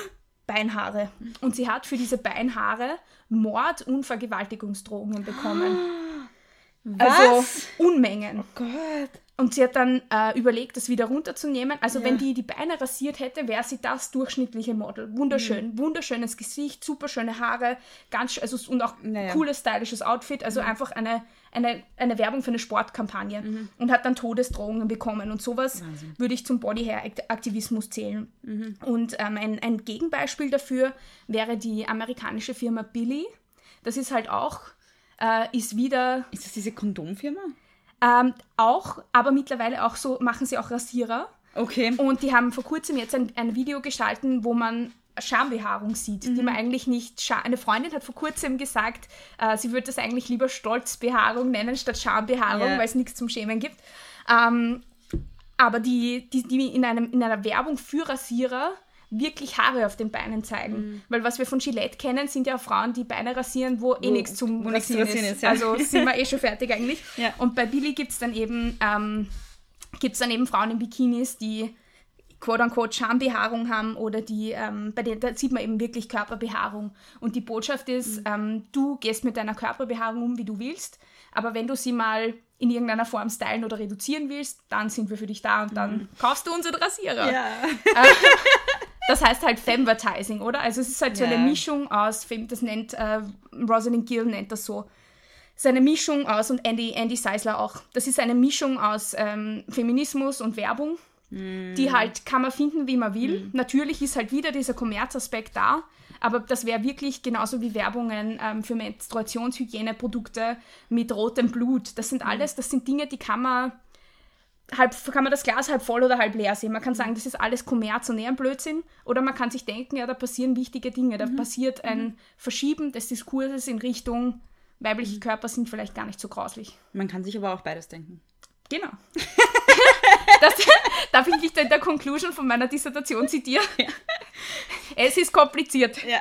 Speaker 4: Beinhaare. Und sie hat für diese Beinhaare Mord- und Vergewaltigungsdrohungen bekommen.
Speaker 5: Was?
Speaker 4: Also Unmengen.
Speaker 5: Oh Gott.
Speaker 4: Und sie hat dann äh, überlegt, das wieder runterzunehmen. Also
Speaker 5: Ja.
Speaker 4: wenn die die Beine rasiert hätte, wäre sie das durchschnittliche Model. Wunderschön, mhm. wunderschönes Gesicht, super schöne Haare, ganz also und auch
Speaker 5: Naja.
Speaker 4: cooles, stylisches Outfit. Also mhm. einfach eine, eine, eine Werbung für eine Sportkampagne. Mhm. Und hat dann Todesdrohungen bekommen. Und sowas Wahnsinn. Würde ich zum Body-Hair-Aktivismus zählen. Mhm. Und ähm, ein, ein Gegenbeispiel dafür wäre die amerikanische Firma Billy. Das ist halt auch, äh, ist wieder...
Speaker 5: Ist das diese Kondomfirma?
Speaker 4: Ähm, auch, aber mittlerweile auch so, machen sie auch Rasierer.
Speaker 5: Okay.
Speaker 4: Und die haben vor kurzem jetzt ein, ein Video gestalten, wo man Schambehaarung sieht, mhm. die man eigentlich nicht... Scha- Eine Freundin hat vor kurzem gesagt, äh, sie würde das eigentlich lieber Stolzbehaarung nennen, statt Schambehaarung,
Speaker 5: yeah.
Speaker 4: weil es nichts zum Schämen gibt. Ähm, aber die, die, die in, einem, in einer Werbung für Rasierer wirklich Haare auf den Beinen zeigen. Mhm. Weil was wir von Gillette kennen, sind ja Frauen, die Beine rasieren, wo, wo eh nichts zum
Speaker 5: wo
Speaker 4: Rasieren,
Speaker 5: rasieren
Speaker 4: ist.
Speaker 5: ist ja.
Speaker 4: Also sind wir eh schon fertig eigentlich.
Speaker 5: Ja.
Speaker 4: Und bei Billy gibt es dann eben ähm, gibt's dann eben Frauen in Bikinis, die quote-unquote Schambehaarung haben oder die, ähm, bei denen da sieht man eben wirklich Körperbehaarung. Und die Botschaft ist, mhm. ähm, du gehst mit deiner Körperbehaarung um, wie du willst, aber wenn du sie mal in irgendeiner Form stylen oder reduzieren willst, dann sind wir für dich da und dann mhm. kaufst du unseren Rasierer.
Speaker 5: Ja.
Speaker 4: Das heißt halt Femvertising, oder? Also es ist halt so
Speaker 5: ja.
Speaker 4: eine Mischung aus, Fem, das nennt, äh, Rosalind Gill nennt das so. Es ist eine Mischung aus, und Andy, Andy Seisler auch, das ist eine Mischung aus ähm, Feminismus und Werbung, mm. die halt, kann man finden, wie man will. Mm. Natürlich ist halt wieder dieser Kommerzaspekt da, aber das wäre wirklich genauso wie Werbungen ähm, für Menstruationshygieneprodukte mit rotem Blut. Das sind alles, das sind Dinge, die kann man... Halb, kann man das Glas halb voll oder halb leer sehen. Man kann sagen, das ist alles Kommerz und eher ein Blödsinn. Oder man kann sich denken, ja, da passieren wichtige Dinge. Da mhm. passiert ein mhm. Verschieben des Diskurses in Richtung, weibliche mhm. Körper sind vielleicht gar nicht so grauslich.
Speaker 5: Man kann sich aber auch beides denken.
Speaker 4: Genau. das, darf ich mich da in der Conclusion von meiner Dissertation zitieren? Ja. Es ist kompliziert.
Speaker 5: Ja.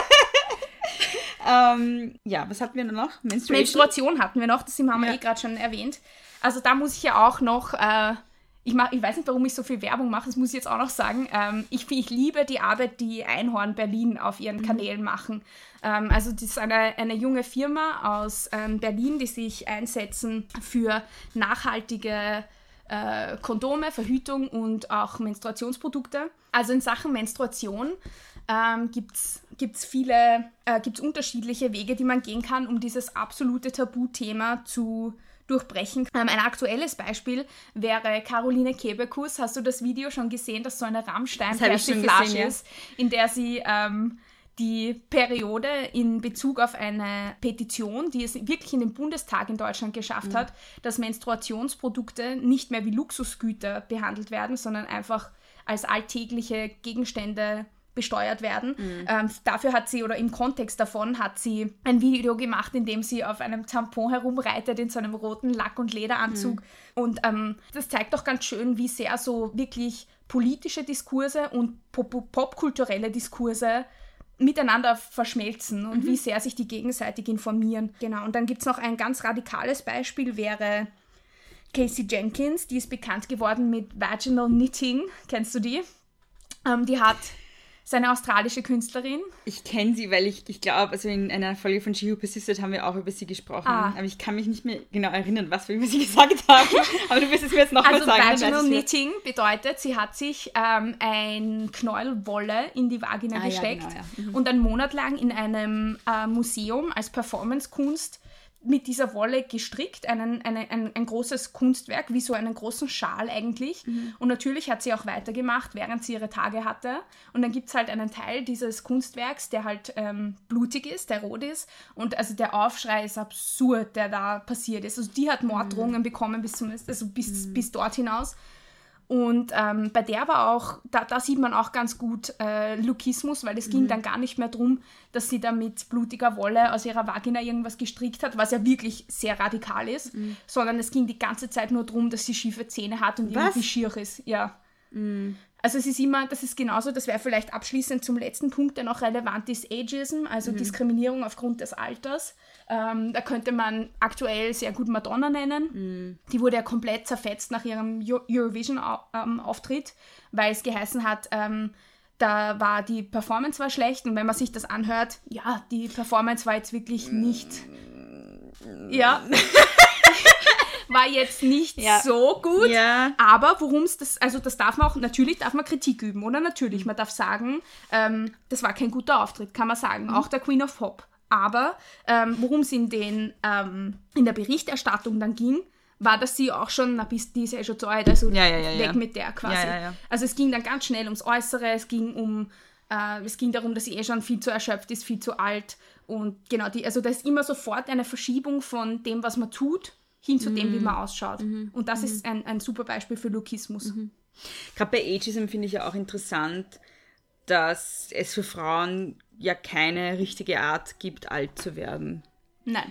Speaker 5: ähm, ja, was hatten wir noch? Menstruation?
Speaker 4: Menstruation hatten wir noch, das haben wir
Speaker 5: ja.
Speaker 4: eh gerade schon erwähnt. Also da muss ich ja auch noch, äh, ich, mach, ich weiß nicht, warum ich so viel Werbung mache, das muss ich jetzt auch noch sagen. Ähm, ich, ich liebe die Arbeit, die Einhorn Berlin auf ihren Kanälen machen. Ähm, also das ist eine, eine junge Firma aus ähm, Berlin, die sich einsetzen für nachhaltige äh, Kondome, Verhütung und auch Menstruationsprodukte. Also in Sachen Menstruation ähm, gibt es viele, äh, gibt's unterschiedliche Wege, die man gehen kann, um dieses absolute Tabuthema zu durchbrechen. Ähm, ein aktuelles Beispiel wäre Caroline Kebekus. Hast du das Video schon gesehen, das so eine Rammstein-Persiflage ist, in der sie ähm, die Periode in Bezug auf eine Petition, die es wirklich in den Bundestag in Deutschland geschafft mhm. hat, dass Menstruationsprodukte nicht mehr wie Luxusgüter behandelt werden, sondern einfach als alltägliche Gegenstände besteuert werden. Mhm. Ähm, dafür hat sie, oder im Kontext davon, hat sie ein Video gemacht, in dem sie auf einem Tampon herumreitet, in so einem roten Lack- und Lederanzug. Mhm. Und ähm, das zeigt doch ganz schön, wie sehr so wirklich politische Diskurse und pop- popkulturelle Diskurse miteinander verschmelzen und mhm. wie sehr sich die gegenseitig informieren. Genau, und dann gibt es noch ein ganz radikales Beispiel, wäre Casey Jenkins, die ist bekannt geworden mit Vaginal Knitting. Kennst du die? Ähm, die hat... ist eine australische Künstlerin.
Speaker 5: Ich kenne sie, weil ich, ich glaube, also in einer Folge von She Who Persisted haben wir auch über sie gesprochen. Ah. Aber ich kann mich nicht mehr genau erinnern, was wir über sie gesagt haben. Aber du wirst es mir jetzt nochmal
Speaker 4: also
Speaker 5: sagen.
Speaker 4: Also Vaginal Knitting bedeutet, sie hat sich ähm, ein Knäuel Wolle in die Vagina ah, gesteckt ja, genau, ja. mhm. und einen Monat lang in einem äh, Museum als Performance-Kunst mit dieser Wolle gestrickt, einen, eine, ein, ein großes Kunstwerk, wie so einen großen Schal eigentlich. Mhm. Und natürlich hat sie auch weitergemacht, während sie ihre Tage hatte. Und dann gibt es halt einen Teil dieses Kunstwerks, der halt ähm, blutig ist, der rot ist. Und also der Aufschrei ist absurd, der da passiert ist. Also die hat Morddrohungen mhm. bekommen bis, zum, also bis, mhm. bis dort hinaus. Und ähm, bei der war auch, da, da sieht man auch ganz gut äh, Lukismus, weil es ging mhm. dann gar nicht mehr darum, dass sie da mit blutiger Wolle aus ihrer Vagina irgendwas gestrickt hat, was ja wirklich sehr radikal ist, mhm. sondern es ging die ganze Zeit nur darum, dass sie schiefe Zähne hat und was? irgendwie schier ist. Ja. Mhm. Also es ist immer, das ist genauso, das wäre vielleicht abschließend zum letzten Punkt, der noch relevant ist, Ageism, also mhm. Diskriminierung aufgrund des Alters. Ähm, da könnte man aktuell sehr gut Madonna nennen. Mhm. Die wurde ja komplett zerfetzt nach ihrem Eurovision-Auftritt, weil es geheißen hat, ähm, da war die Performance war schlecht und wenn man sich das anhört, ja, die Performance war jetzt wirklich nicht, ja, war jetzt nicht
Speaker 5: Ja.
Speaker 4: so gut,
Speaker 5: Ja.
Speaker 4: aber worum es das, also das darf man auch, natürlich darf man Kritik üben, oder? Natürlich, man darf sagen, ähm, das war kein guter Auftritt, kann man sagen, auch der Queen of Pop. Aber ähm, worum es in, den, ähm, in der Berichterstattung dann ging, war, dass sie auch schon, na, bis die ist ja schon zu alt, also
Speaker 5: Ja, ja, ja,
Speaker 4: weg
Speaker 5: ja.
Speaker 4: mit der quasi.
Speaker 5: Ja, ja, ja.
Speaker 4: Also es ging dann ganz schnell ums Äußere, es ging um, äh, es ging darum, dass sie eh schon viel zu erschöpft ist, viel zu alt und genau, die, also da ist immer sofort eine Verschiebung von dem, was man tut, hin zu dem, wie man ausschaut. Und das ist ein, ein super Beispiel für Lookismus.
Speaker 5: Gerade bei Ageism finde ich ja auch interessant, dass es für Frauen ja keine richtige Art gibt, alt zu werden.
Speaker 4: Nein.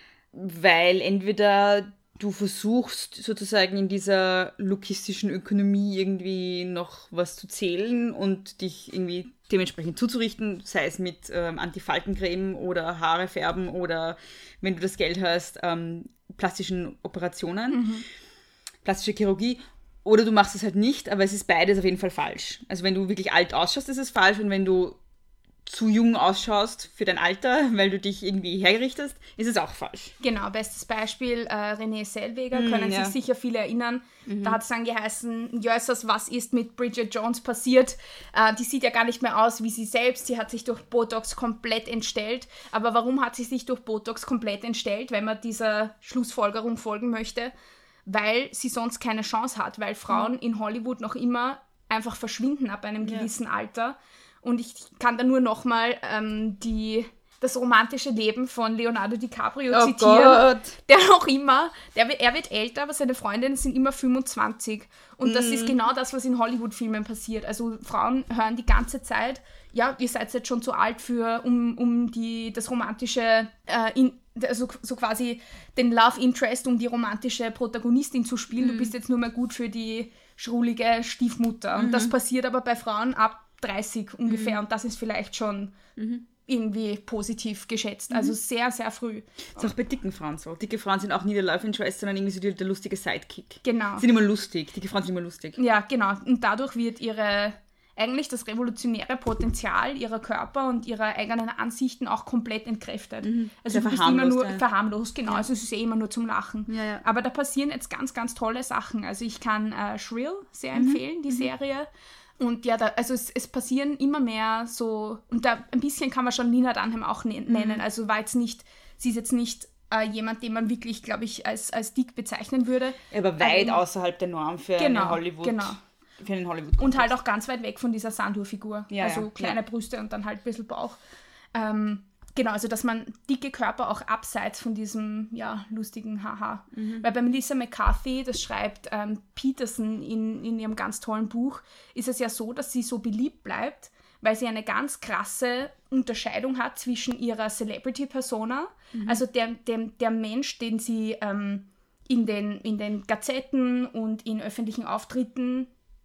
Speaker 5: Weil entweder du versuchst sozusagen in dieser lookistischen Ökonomie irgendwie noch was zu zählen und dich irgendwie dementsprechend zuzurichten, sei es mit ähm, Antifaltencreme oder Haare färben oder, wenn du das Geld hast, ähm, plastischen Operationen, plastische Chirurgie. Oder du machst es halt nicht, aber es ist beides auf jeden Fall falsch. Also wenn du wirklich alt ausschaust, ist es falsch und wenn du zu jung ausschaust für dein Alter, weil du dich irgendwie hergerichtest, ist es auch falsch.
Speaker 4: Genau, bestes Beispiel, äh, Renée Zellweger, können
Speaker 5: ja.
Speaker 4: sich sicher viele erinnern. Da hat es dann geheißen, Jössers, was ist mit Bridget Jones passiert? Äh, die sieht ja gar nicht mehr aus wie sie selbst, sie hat sich durch Botox komplett entstellt. Aber warum hat sie sich durch Botox komplett entstellt, wenn man dieser Schlussfolgerung folgen möchte? Weil sie sonst keine Chance hat, weil Frauen in Hollywood noch immer einfach verschwinden ab einem gewissen Alter. Und ich kann da nur nochmal ähm, die, das romantische Leben von Leonardo DiCaprio
Speaker 5: Oh
Speaker 4: zitieren.
Speaker 5: Gott.
Speaker 4: Der noch immer, der, wird- er wird älter, aber seine Freundinnen sind immer fünfundzwanzig. Und das ist genau das, was in Hollywood-Filmen passiert. Also Frauen hören die ganze Zeit, ja, ihr seid jetzt schon zu alt für, um, um die, das romantische, äh, in, also so quasi den Love Interest, um die romantische Protagonistin zu spielen. Du bist jetzt nur mehr gut für die schrulige Stiefmutter. Und das passiert aber bei Frauen ab dreißig ungefähr und das ist vielleicht schon irgendwie positiv geschätzt. Also sehr, sehr früh.
Speaker 5: Das ist auch bei dicken Frauen so. Dicke Frauen sind auch nie der Love Interest, sondern irgendwie so der, der lustige Sidekick.
Speaker 4: Genau.
Speaker 5: Sind immer lustig. Dicke Frauen sind immer lustig.
Speaker 4: Ja, genau. Und dadurch wird ihre, eigentlich das revolutionäre Potenzial ihrer Körper und ihrer eigenen Ansichten auch komplett entkräftet. Also
Speaker 5: Sehr
Speaker 4: du bist immer
Speaker 5: verharmlost,
Speaker 4: nur
Speaker 5: ja.
Speaker 4: verharmlost, genau. Also es ist eh immer nur zum Lachen.
Speaker 5: Ja, ja.
Speaker 4: Aber da passieren jetzt ganz, ganz tolle Sachen. Also ich kann äh, Shrill sehr empfehlen, die Serie. Und ja, da, also es, es passieren immer mehr so, und da ein bisschen kann man schon Lena Dunham auch ne- nennen. Also war jetzt nicht, sie ist jetzt nicht äh, jemand, den man wirklich, glaube ich, als, als dick bezeichnen würde.
Speaker 5: Aber weit
Speaker 4: Ähm,
Speaker 5: außerhalb der Norm für
Speaker 4: genau,
Speaker 5: eine Hollywood.
Speaker 4: genau.
Speaker 5: Für einen Hollywood.
Speaker 4: Und halt auch ganz weit weg von dieser Sandur-Figur.
Speaker 5: Ja,
Speaker 4: also
Speaker 5: ja,
Speaker 4: kleine
Speaker 5: ja.
Speaker 4: Brüste und dann halt ein bisschen Bauch. Ähm, genau, also dass man dicke Körper auch abseits von diesem, ja, lustigen Haha. Weil bei Melissa McCarthy, das schreibt ähm, Peterson in, in ihrem ganz tollen Buch, ist es ja so, dass sie so beliebt bleibt, weil sie eine ganz krasse Unterscheidung hat zwischen ihrer Celebrity-Persona, also der, der, der Mensch, den sie ähm, in, den, in den Gazetten und in öffentlichen Auftritten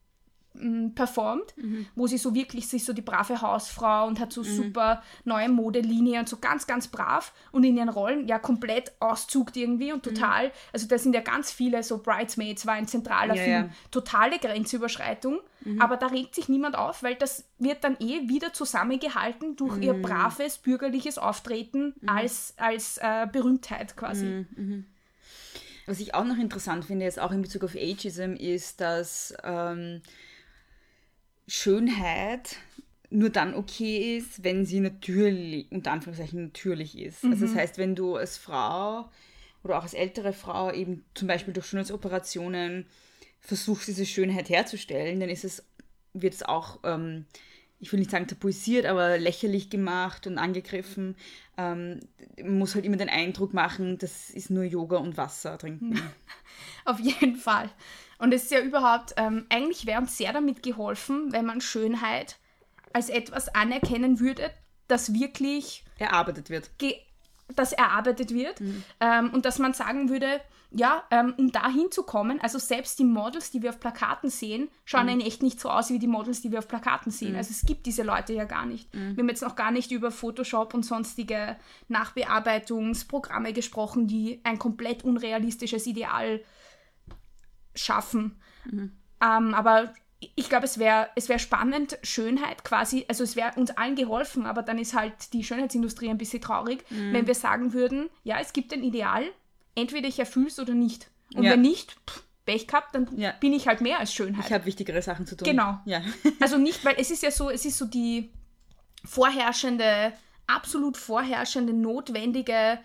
Speaker 4: m, performt, wo sie so wirklich sich so die brave Hausfrau und hat so super neue Modelinie und so ganz, ganz brav und in ihren Rollen ja komplett auszugt irgendwie und total, also da sind ja ganz viele, so Bridesmaids war ein zentraler
Speaker 5: Ja,
Speaker 4: Film,
Speaker 5: ja.
Speaker 4: totale Grenzüberschreitung, aber da regt sich niemand auf, weil das wird dann eh wieder zusammengehalten durch ihr braves, bürgerliches Auftreten als, als äh, Berühmtheit quasi.
Speaker 5: Was ich auch noch interessant finde, jetzt auch in Bezug auf Ageism, ist, dass ähm, Schönheit nur dann okay ist, wenn sie natürlich, unter Anführungszeichen natürlich ist. Also das heißt, wenn du als Frau oder auch als ältere Frau eben zum Beispiel durch Schönheitsoperationen versuchst, diese Schönheit herzustellen, dann ist es, wird es auch, ähm, ich will nicht sagen tabuisiert, aber lächerlich gemacht und angegriffen. Ähm, man muss halt immer den Eindruck machen, das ist nur Yoga und Wasser trinken.
Speaker 4: Auf jeden Fall. Und es ist ja überhaupt, ähm, eigentlich wäre uns sehr damit geholfen, wenn man Schönheit als etwas anerkennen würde, das wirklich
Speaker 5: Erarbeitet wird.
Speaker 4: ge- das erarbeitet wird ähm, und dass man sagen würde, ja, ähm, um da hinzukommen, also selbst die Models, die wir auf Plakaten sehen, schauen in echt nicht so aus wie die Models, die wir auf Plakaten sehen. Also es gibt diese Leute ja gar nicht. Wir haben jetzt noch gar nicht über Photoshop und sonstige Nachbearbeitungsprogramme gesprochen, die ein komplett unrealistisches Ideal schaffen. Ähm, aber ich glaube, es wäre es wär spannend, Schönheit quasi, also es wäre uns allen geholfen, aber dann ist halt die Schönheitsindustrie ein bisschen traurig, mhm. wenn wir sagen würden, ja, es gibt ein Ideal, entweder ich erfülle es oder nicht. Und ja. wenn nicht, pff, Pech gehabt, dann ja. bin ich halt mehr als Schönheit.
Speaker 5: Ich habe wichtigere Sachen zu tun.
Speaker 4: Genau.
Speaker 5: Ja.
Speaker 4: Also nicht, weil es ist ja so, es ist so die vorherrschende, absolut vorherrschende, notwendige,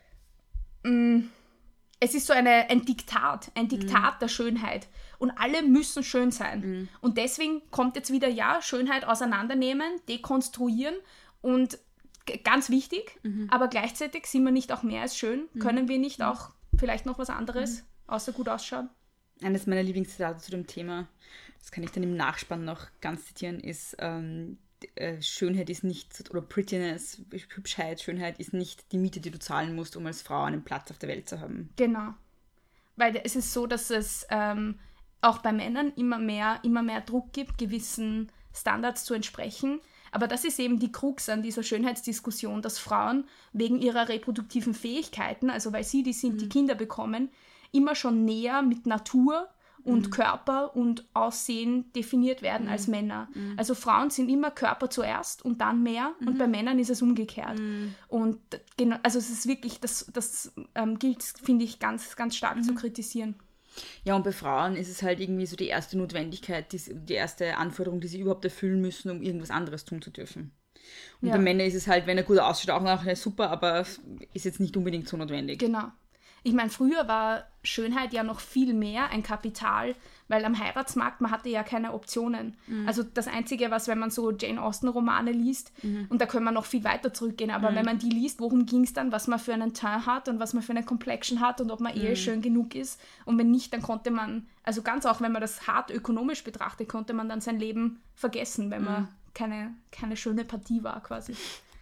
Speaker 4: mh, es ist so eine, ein Diktat, ein Diktat mhm. der Schönheit. Und alle müssen schön sein. Mhm. Und deswegen kommt jetzt wieder, ja, Schönheit auseinandernehmen, dekonstruieren und g- ganz wichtig, mhm. aber gleichzeitig sind wir nicht auch mehr als schön. Mhm. Können wir nicht auch vielleicht noch was anderes, mhm. außer gut ausschauen?
Speaker 5: Eines meiner Lieblingszitate zu dem Thema, das kann ich dann im Nachspann noch ganz zitieren, ist, ähm, äh, Schönheit ist nicht, oder Prettiness, Hübschheit, Schönheit ist nicht die Miete, die du zahlen musst, um als Frau einen Platz auf der Welt zu haben.
Speaker 4: Genau. Weil es ist so, dass es ähm, auch bei Männern immer mehr, immer mehr Druck gibt, gewissen Standards zu entsprechen. Aber das ist eben die Krux an dieser Schönheitsdiskussion, dass Frauen wegen ihrer reproduktiven Fähigkeiten, also weil sie die sind, mhm. die Kinder bekommen, immer schon näher mit Natur und mhm. Körper und Aussehen definiert werden mhm. als Männer. Mhm. Also Frauen sind immer Körper zuerst und dann mehr mhm. und bei Männern ist es umgekehrt. Mhm. Und genau, also es ist wirklich, das, das ähm, gilt, finde ich, ganz, ganz stark mhm. zu kritisieren.
Speaker 5: Ja, und bei Frauen ist es halt irgendwie so die erste Notwendigkeit, die, die erste Anforderung, die sie überhaupt erfüllen müssen, um irgendwas anderes tun zu dürfen. Und ja. bei Männern ist es halt, wenn er gut ausschaut, auch noch ja, super, aber ist jetzt nicht unbedingt so notwendig.
Speaker 4: Genau. Ich meine, früher war Schönheit ja noch viel mehr ein Kapital, weil am Heiratsmarkt, man hatte ja keine Optionen. Mhm. Also das Einzige, was, wenn man so Jane Austen-Romane liest, mhm. und da können wir noch viel weiter zurückgehen, aber mhm. wenn man die liest, worum ging es dann, was man für einen Teint hat und was man für eine Complexion hat und ob man mhm. eh schön genug ist. Und wenn nicht, dann konnte man, also ganz auch, wenn man das hart ökonomisch betrachtet, konnte man dann sein Leben vergessen, wenn man mhm. keine, keine schöne Partie war quasi.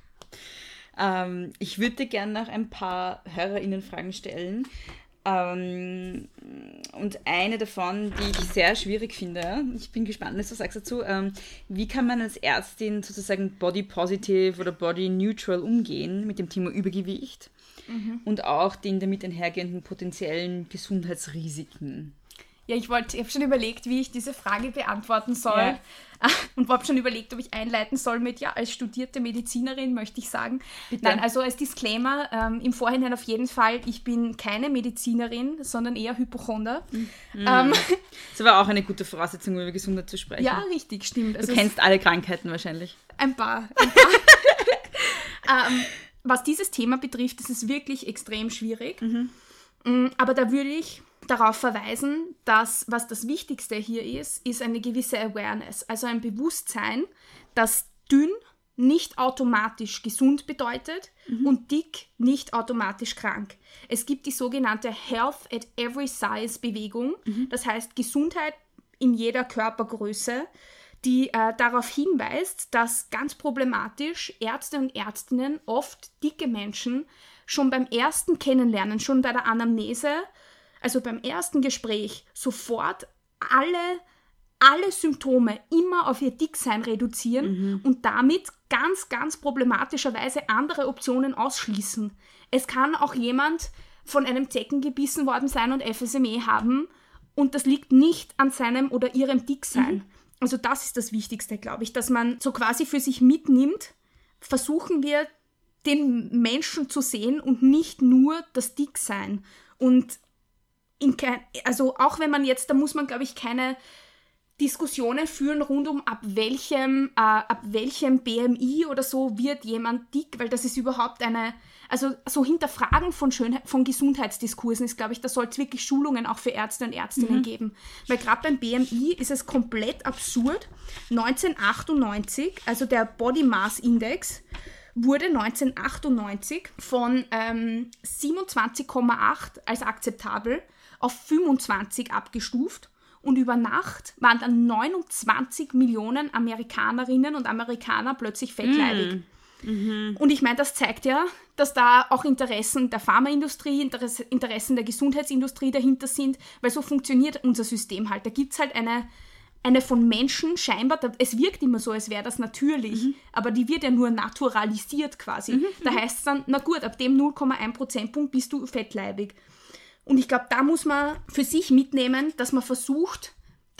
Speaker 5: Ähm, ich würde dir gerne noch ein paar HörerInnen-Fragen stellen. Ähm, und eine davon, die ich sehr schwierig finde, ich bin gespannt, was du sagst dazu, ähm, wie kann man als Ärztin sozusagen body positive oder body neutral umgehen mit dem Thema Übergewicht mhm. und auch den damit einhergehenden potenziellen Gesundheitsrisiken?
Speaker 4: Ja, ich wollte, ich habe schon überlegt, wie ich diese Frage beantworten soll ja. und habe schon überlegt, ob ich einleiten soll mit, ja, als studierte Medizinerin möchte ich sagen. Bitte. Nein, also als Disclaimer, ähm, im Vorhinein auf jeden Fall, ich bin keine Medizinerin, sondern eher Hypochonder. Mhm. Ähm,
Speaker 5: das war auch eine gute Voraussetzung, um über Gesundheit zu sprechen.
Speaker 4: Ja, richtig, stimmt.
Speaker 5: Du also kennst alle Krankheiten wahrscheinlich.
Speaker 4: Ein paar. Ein paar. ähm, was dieses Thema betrifft, ist es wirklich extrem schwierig. Mhm. Aber da würde ich darauf verweisen, dass was das Wichtigste hier ist, ist eine gewisse Awareness, also ein Bewusstsein, dass dünn nicht automatisch gesund bedeutet mhm. und dick nicht automatisch krank. Es gibt die sogenannte Health at Every Size Bewegung, mhm. das heißt Gesundheit in jeder Körpergröße, die äh, darauf hinweist, dass ganz problematisch Ärzte und Ärztinnen oft dicke Menschen schon beim ersten Kennenlernen, schon bei der Anamnese, also beim ersten Gespräch sofort alle, alle Symptome immer auf ihr Dicksein reduzieren mhm. und damit ganz, ganz problematischerweise andere Optionen ausschließen. Es kann auch jemand von einem Zecken gebissen worden sein und F S M E haben und das liegt nicht an seinem oder ihrem Dicksein. Mhm. Also das ist das Wichtigste, glaube ich, dass man so quasi für sich mitnimmt, versuchen wir den Menschen zu sehen und nicht nur das Dicksein. Und In kein, also auch wenn man jetzt, da muss man, glaube ich, keine Diskussionen führen rund um ab welchem, äh, ab welchem B M I oder so wird jemand dick, weil das ist überhaupt eine, also so Hinterfragen von Schönheit, von Gesundheitsdiskursen ist, glaube ich, da soll es wirklich Schulungen auch für Ärzte und Ärztinnen mhm. geben. Weil gerade beim B M I ist es komplett absurd. neunzehnhundertachtundneunzig, also der Body Mass Index, wurde neunzehnhundertachtundneunzig von ähm, siebenundzwanzig Komma acht als akzeptabel auf fünfundzwanzig abgestuft und über Nacht waren dann neunundzwanzig Millionen Amerikanerinnen und Amerikaner plötzlich fettleibig. Mm. Mhm. Und ich meine, das zeigt ja, dass da auch Interessen der Pharmaindustrie, Interesse, Interessen der Gesundheitsindustrie dahinter sind, weil so funktioniert unser System halt. Da gibt es halt eine, eine von Menschen scheinbar, es wirkt immer so, als wäre das natürlich, mhm. aber die wird ja nur naturalisiert quasi. Mhm. Da heißt es dann, na gut, ab dem null Komma eins Prozentpunkt bist du fettleibig. Und ich glaube, da muss man für sich mitnehmen, dass man versucht,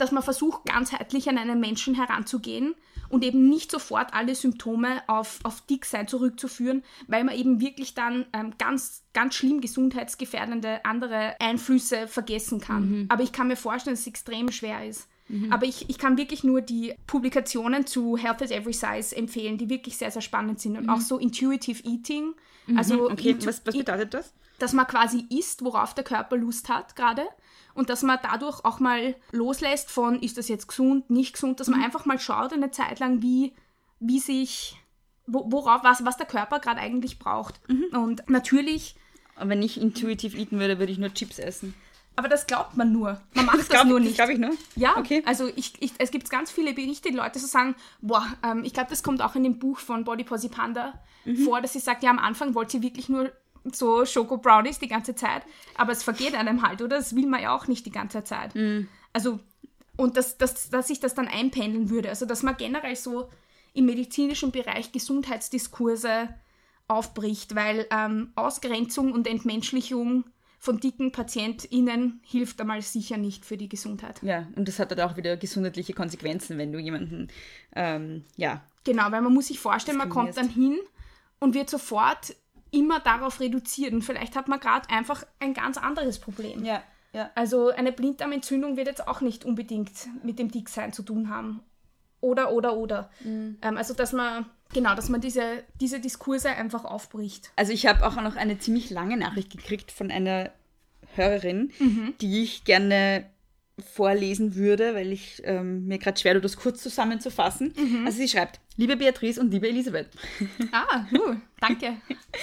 Speaker 4: dass man versucht, ganzheitlich an einen Menschen heranzugehen und eben nicht sofort alle Symptome auf, auf Dicksein zurückzuführen, weil man eben wirklich dann ähm, ganz, ganz schlimm gesundheitsgefährdende andere Einflüsse vergessen kann. Mhm. Aber ich kann mir vorstellen, dass es extrem schwer ist. Mhm. Aber ich, ich kann wirklich nur die Publikationen zu Health at Every Size empfehlen, die wirklich sehr, sehr spannend sind. Und mhm. auch so Intuitive Eating.
Speaker 5: Mhm.
Speaker 4: Also
Speaker 5: okay, intu- was, was bedeutet das?
Speaker 4: Dass man quasi isst, worauf der Körper Lust hat gerade. Und dass man dadurch auch mal loslässt von, ist das jetzt gesund, nicht gesund, dass man mhm. einfach mal schaut eine Zeit lang, wie, wie sich, wo, worauf, was, was der Körper gerade eigentlich braucht. Mhm. Und natürlich...
Speaker 5: Aber wenn ich intuitiv eaten würde, würde ich nur Chips essen.
Speaker 4: Aber das glaubt man nur. Man macht das,
Speaker 5: das
Speaker 4: nur
Speaker 5: ich,
Speaker 4: nicht.
Speaker 5: Das glaube ich nur.
Speaker 4: Ja,
Speaker 5: okay.
Speaker 4: Also ich, ich, es gibt ganz viele Berichte, die Leute so sagen, boah, ähm, ich glaube, das kommt auch in dem Buch von Body Positive Panda mhm. vor, dass sie sagt, ja, am Anfang wollte sie wirklich nur so Schoko-Brownies die ganze Zeit, aber es vergeht einem halt, oder? Das will man ja auch nicht die ganze Zeit. Mhm. Also, und dass, dass, dass sich das dann einpendeln würde, also dass man generell so im medizinischen Bereich Gesundheitsdiskurse aufbricht, weil ähm, Ausgrenzung und Entmenschlichung von dicken PatientInnen hilft einmal sicher nicht für die Gesundheit.
Speaker 5: Ja, und das hat dann auch wieder gesundheitliche Konsequenzen, wenn du jemanden, ähm, ja.
Speaker 4: Genau, weil man muss sich vorstellen, man kommt dann hin und wird sofort immer darauf reduziert und vielleicht hat man gerade einfach ein ganz anderes Problem.
Speaker 5: Ja, ja.
Speaker 4: Also eine Blinddarmentzündung wird jetzt auch nicht unbedingt mit dem Dicksein zu tun haben. Oder, oder, oder. Mhm. Ähm, also dass man, genau, dass man diese, diese Diskurse einfach aufbricht.
Speaker 5: Also ich habe auch noch eine ziemlich lange Nachricht gekriegt von einer Hörerin, mhm. die ich gerne vorlesen würde, weil ich ähm, mir gerade schwer tue, das kurz zusammenzufassen. Mhm. Also sie schreibt, liebe Beatrice und liebe Elisabeth.
Speaker 4: Ah, uh, danke.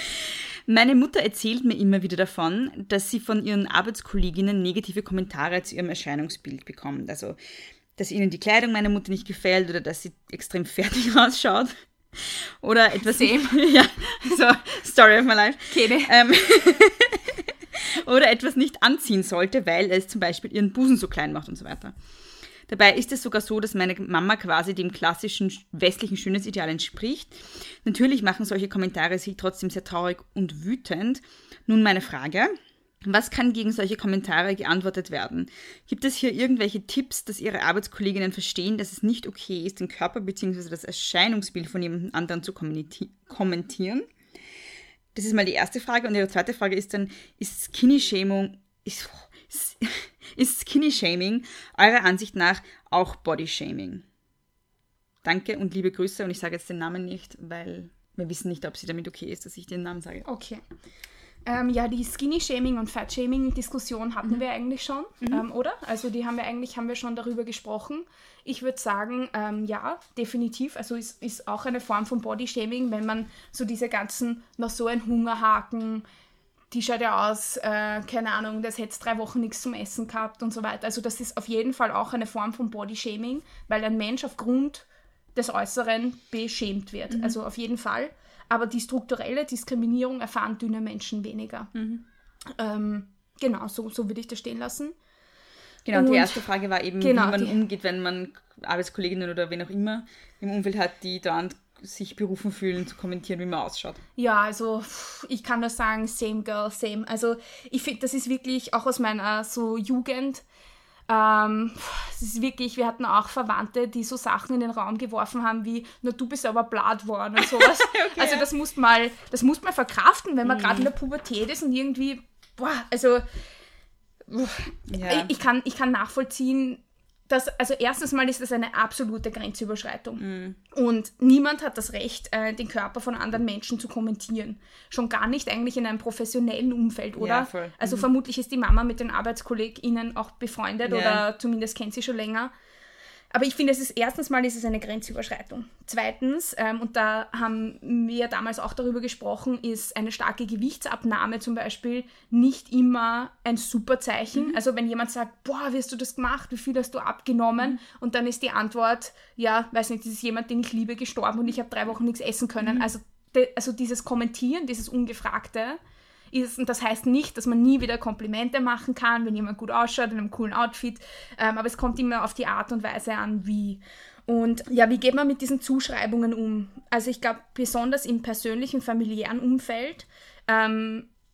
Speaker 5: Meine Mutter erzählt mir immer wieder davon, dass sie von ihren Arbeitskolleginnen negative Kommentare zu ihrem Erscheinungsbild bekommt. Also, dass ihnen die Kleidung meiner Mutter nicht gefällt oder dass sie extrem fertig ausschaut. Oder etwas...
Speaker 4: Same.
Speaker 5: Ja, so, Story of my life.
Speaker 4: Keine.
Speaker 5: Ähm, oder etwas nicht anziehen sollte, weil es zum Beispiel ihren Busen so klein macht und so weiter. Dabei ist es sogar so, dass meine Mama quasi dem klassischen westlichen Schönheitsideal entspricht. Natürlich machen solche Kommentare sie trotzdem sehr traurig und wütend. Nun meine Frage, was kann gegen solche Kommentare geantwortet werden? Gibt es hier irgendwelche Tipps, dass Ihre Arbeitskolleginnen verstehen, dass es nicht okay ist, den Körper bzw. das Erscheinungsbild von jemand anderem zu kommentieren? Das ist mal die erste Frage. Und Ihre zweite Frage ist dann, ist Skinny-Shaming, ist, ist Skinny-Shaming eurer Ansicht nach auch Body-Shaming? Danke und liebe Grüße. Und ich sage jetzt den Namen nicht, weil wir wissen nicht, ob sie damit okay ist, dass ich den Namen sage.
Speaker 4: Okay. Ähm, ja, die Skinny-Shaming- und Fat-Shaming-Diskussion hatten mhm. wir eigentlich schon, mhm. ähm, oder? Also die haben wir eigentlich haben wir schon darüber gesprochen. Ich würde sagen, ähm, ja, definitiv. Also es ist, ist auch eine Form von Body-Shaming, wenn man so diese ganzen, noch so ein Hungerhaken, die schaut ja aus, äh, keine Ahnung, das hätte drei Wochen nichts zum Essen gehabt und so weiter. Also das ist auf jeden Fall auch eine Form von Body-Shaming, weil ein Mensch aufgrund des Äußeren beschämt wird. Mhm. Also auf jeden Fall. Aber die strukturelle Diskriminierung erfahren dünne Menschen weniger. Mhm. Ähm, genau, so, so würde ich das stehen lassen.
Speaker 5: Genau, und die erste Frage war eben,
Speaker 4: genau,
Speaker 5: wie man
Speaker 4: die,
Speaker 5: umgeht, wenn man Arbeitskolleginnen oder wen auch immer im Umfeld hat, die dann sich berufen fühlen, zu kommentieren, wie man ausschaut.
Speaker 4: Ja, also ich kann nur sagen, same girl, same. Also ich finde, das ist wirklich auch aus meiner so Jugend. Ähm, es ist wirklich, wir hatten auch Verwandte, die so Sachen in den Raum geworfen haben wie, nur du bist aber blatt worden und sowas. Okay. Also das muss mal, das muss man verkraften, wenn man mhm. gerade in der Pubertät ist und irgendwie, boah, also ja. ich, kann, ich kann nachvollziehen, dass, also erstens mal ist das eine absolute Grenzüberschreitung. Mhm. Und niemand hat das Recht, äh, den Körper von anderen Menschen zu kommentieren. Schon gar nicht eigentlich in einem professionellen Umfeld, oder?
Speaker 5: Ja, voll.
Speaker 4: Also
Speaker 5: mhm.
Speaker 4: vermutlich ist die Mama mit den ArbeitskollegInnen auch befreundet ja. oder zumindest kennt sie schon länger. Aber ich finde, es ist erstens mal ist es eine Grenzüberschreitung. Zweitens, ähm, und da haben wir damals auch darüber gesprochen, ist eine starke Gewichtsabnahme zum Beispiel nicht immer ein super Zeichen. Mhm. Also wenn jemand sagt, boah, wie hast du das gemacht, wie viel hast du abgenommen? Mhm. Und dann ist die Antwort, ja, weiß nicht, das ist jemand, den ich liebe, gestorben und ich habe drei Wochen nichts essen können. Mhm. Also, de, also dieses Kommentieren, dieses Ungefragte, ist, und das heißt nicht, dass man nie wieder Komplimente machen kann, wenn jemand gut ausschaut, in einem coolen Outfit, ähm, aber es kommt immer auf die Art und Weise an, wie. Und ja, wie geht man mit diesen Zuschreibungen um? Also ich glaube, besonders im persönlichen, familiären Umfeld ähm,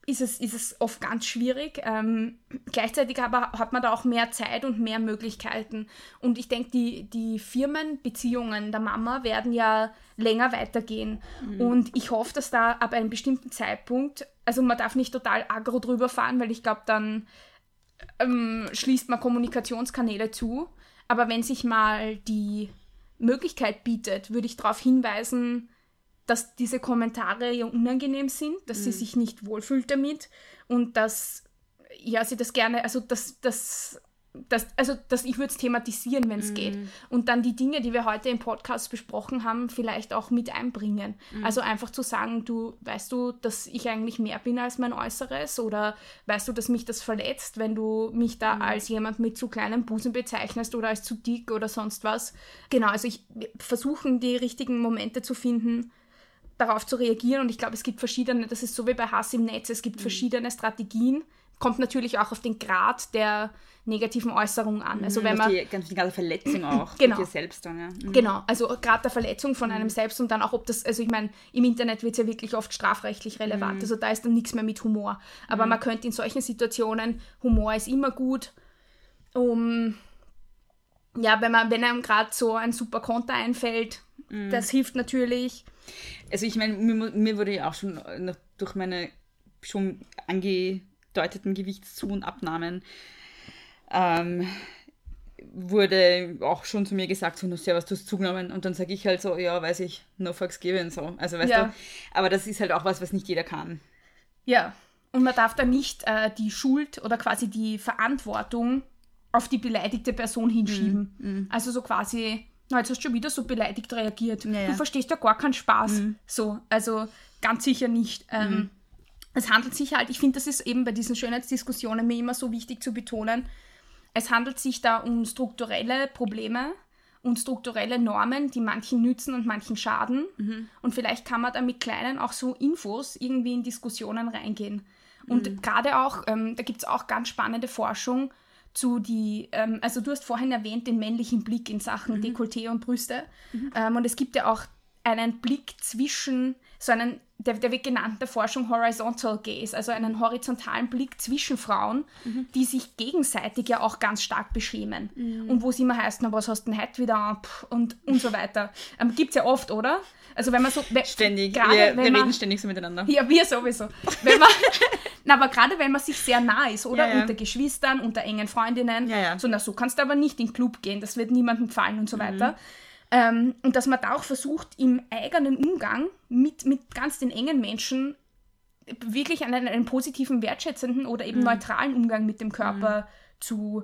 Speaker 4: ist es, ist es oft ganz schwierig. Ähm, gleichzeitig aber hat man da auch mehr Zeit und mehr Möglichkeiten. Und ich denke, die, die Firmenbeziehungen der Mama werden ja länger weitergehen. Mhm. Und ich hoffe, dass da ab einem bestimmten Zeitpunkt, also man darf nicht total aggro drüber fahren, weil ich glaube, dann ähm, schließt man Kommunikationskanäle zu. Aber wenn sich mal die Möglichkeit bietet, würde ich darauf hinweisen, dass diese Kommentare ja unangenehm sind, dass mhm. sie sich nicht wohlfühlt damit und dass ja, sie das gerne, also dass, dass, dass, also, dass ich würde es thematisieren, wenn es mhm. geht. Und dann die Dinge, die wir heute im Podcast besprochen haben, vielleicht auch mit einbringen. Mhm. Also einfach zu sagen, du, weißt du, dass ich eigentlich mehr bin als mein Äußeres, oder weißt du, dass mich das verletzt, wenn du mich da mhm. als jemand mit zu kleinem Busen bezeichnest oder als zu dick oder sonst was. Genau, also ich versuchen, die richtigen Momente zu finden, darauf zu reagieren, und ich glaube, es gibt verschiedene, das ist so wie bei Hass im Netz, es gibt mhm. verschiedene Strategien, kommt natürlich auch auf den Grad der negativen Äußerung an. Also
Speaker 5: mhm,
Speaker 4: wenn man
Speaker 5: die ganze Verletzung auch
Speaker 4: genau,
Speaker 5: mit dir selbst dann, ja. Mhm.
Speaker 4: Genau, also gerade der Verletzung von
Speaker 5: mhm.
Speaker 4: einem selbst, und dann auch, ob das, also ich meine, im Internet wird es ja wirklich oft strafrechtlich relevant, mhm. also da ist dann nichts mehr mit Humor. Aber mhm. man könnte in solchen Situationen, Humor ist immer gut, um, ja, wenn man, wenn einem gerade so ein super Konter einfällt, mhm. das hilft natürlich.
Speaker 5: Also ich meine, mir, mir wurde ja auch schon noch durch meine schon angedeuteten Gewichtszu- und Abnahmen ähm, wurde auch schon zu mir gesagt, so, no, servus, du hast zugenommen. Und dann sage ich halt so, ja, weiß ich, no fucks given, so. Also weißt
Speaker 4: ja.
Speaker 5: du, aber das ist halt auch was, was nicht jeder kann.
Speaker 4: Ja, und man darf da nicht äh, die Schuld oder quasi die Verantwortung auf die beleidigte Person hinschieben. Mhm. Also so quasi, na, jetzt hast du schon wieder so beleidigt reagiert. Ja, ja. Du verstehst ja gar keinen Spaß. Mhm. So, also ganz sicher nicht. Ähm, mhm. Es handelt sich halt, ich finde, das ist eben bei diesen Schönheitsdiskussionen mir immer so wichtig zu betonen, es handelt sich da um strukturelle Probleme und strukturelle Normen, die manchen nützen und manchen schaden. Mhm. Und vielleicht kann man da mit kleinen auch so Infos irgendwie in Diskussionen reingehen. Und mhm. gerade auch, ähm, da gibt es auch ganz spannende Forschung zu die, ähm, also du hast vorhin erwähnt, den männlichen Blick in Sachen mhm. Dekolleté und Brüste. Mhm. Ähm, und es gibt ja auch einen Blick zwischen, so einen, der, der wird genannt in der Forschung Horizontal Gaze, also einen horizontalen Blick zwischen Frauen, mhm. die sich gegenseitig ja auch ganz stark beschämen. Mhm. Und wo es immer heißt, na, was hast du denn heute wieder an? Und, und so weiter. Ähm, gibt es ja oft, oder? Also wenn man so... We-
Speaker 5: ständig,
Speaker 4: grade,
Speaker 5: wir,
Speaker 4: wenn
Speaker 5: wir
Speaker 4: man,
Speaker 5: reden ständig so miteinander.
Speaker 4: Ja, wir sowieso. Wenn man, na, aber gerade wenn man sich sehr nah ist, oder?
Speaker 5: Ja, ja.
Speaker 4: Unter Geschwistern, unter engen Freundinnen.
Speaker 5: Ja, ja.
Speaker 4: So, na, so kannst du aber nicht in den Club gehen, das wird niemandem gefallen und so
Speaker 5: mhm.
Speaker 4: weiter. Ähm, und dass man da auch versucht, im eigenen Umgang mit, mit ganz den engen Menschen wirklich einen, einen positiven, wertschätzenden oder eben mhm. neutralen Umgang mit dem Körper mhm. zu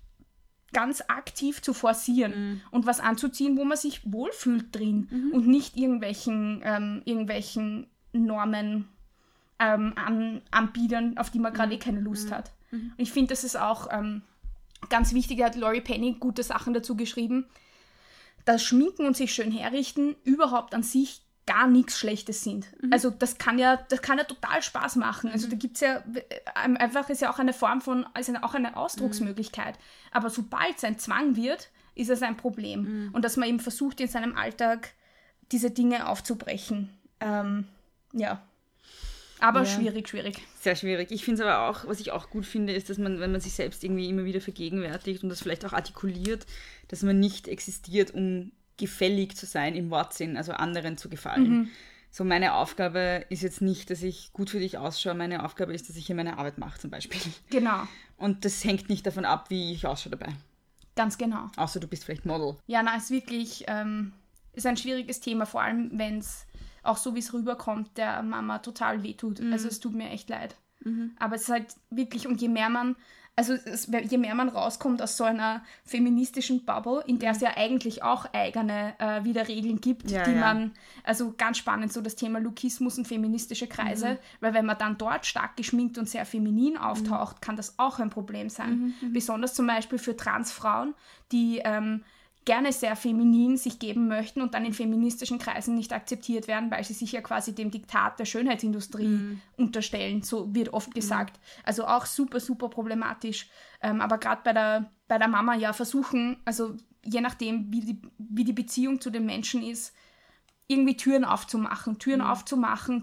Speaker 4: ganz aktiv zu forcieren mhm. und was anzuziehen, wo man sich wohlfühlt drin mhm. und nicht irgendwelchen, ähm, irgendwelchen Normen ähm, an, anbiedern, auf die man gerade mhm. eh keine Lust mhm. hat. Mhm. Und ich finde, das ist auch ähm, ganz wichtig, da hat Laurie Penny gute Sachen dazu geschrieben, dass Schminken und sich schön herrichten überhaupt an sich gar nichts Schlechtes sind. Mhm. Also das kann ja, das kann ja total Spaß machen. Also da gibt es ja, einfach ist ja auch eine Form von, also auch eine Ausdrucksmöglichkeit. Mhm. Aber sobald es ein Zwang wird, ist es ein Problem. Mhm. Und dass man eben versucht, in seinem Alltag diese Dinge aufzubrechen. Ähm, ja. Aber ja. schwierig, schwierig.
Speaker 5: Sehr schwierig. Ich finde es aber auch, was ich auch gut finde, ist, dass man, wenn man sich selbst irgendwie immer wieder vergegenwärtigt und das vielleicht auch artikuliert, dass man nicht existiert, um gefällig zu sein im Wortsinn, also anderen zu gefallen. Mhm. So, meine Aufgabe ist jetzt nicht, dass ich gut für dich ausschaue, meine Aufgabe ist, dass ich hier meine Arbeit mache zum Beispiel.
Speaker 4: Genau.
Speaker 5: Und das hängt nicht davon ab, wie ich ausschaue dabei.
Speaker 4: Ganz genau.
Speaker 5: Außer du bist vielleicht Model.
Speaker 4: Ja, na, ist wirklich, ähm, ist ein schwieriges Thema, vor allem wenn es auch so, wie es rüberkommt, der Mama total wehtut. Mhm. Also es tut mir echt leid. Mhm. Aber es ist halt wirklich, und je mehr man, also es, je mehr man rauskommt aus so einer feministischen Bubble, in der es ja eigentlich auch eigene äh, wieder Regeln gibt,
Speaker 5: ja,
Speaker 4: die
Speaker 5: ja.
Speaker 4: man, also ganz spannend, so das Thema Lookismus und feministische Kreise, mhm. weil wenn man dann dort stark geschminkt und sehr feminin auftaucht, mhm. kann das auch ein Problem sein. Mhm. Besonders zum Beispiel für Transfrauen, die ähm, gerne sehr feminin sich geben möchten und dann in feministischen Kreisen nicht akzeptiert werden, weil sie sich ja quasi dem Diktat der Schönheitsindustrie mm. unterstellen. So wird oft gesagt. Mm. Also auch super, super problematisch. Ähm, aber gerade bei der, bei der Mama ja versuchen, also je nachdem, wie die, wie die Beziehung zu den Menschen ist, irgendwie Türen aufzumachen. Türen mm. aufzumachen,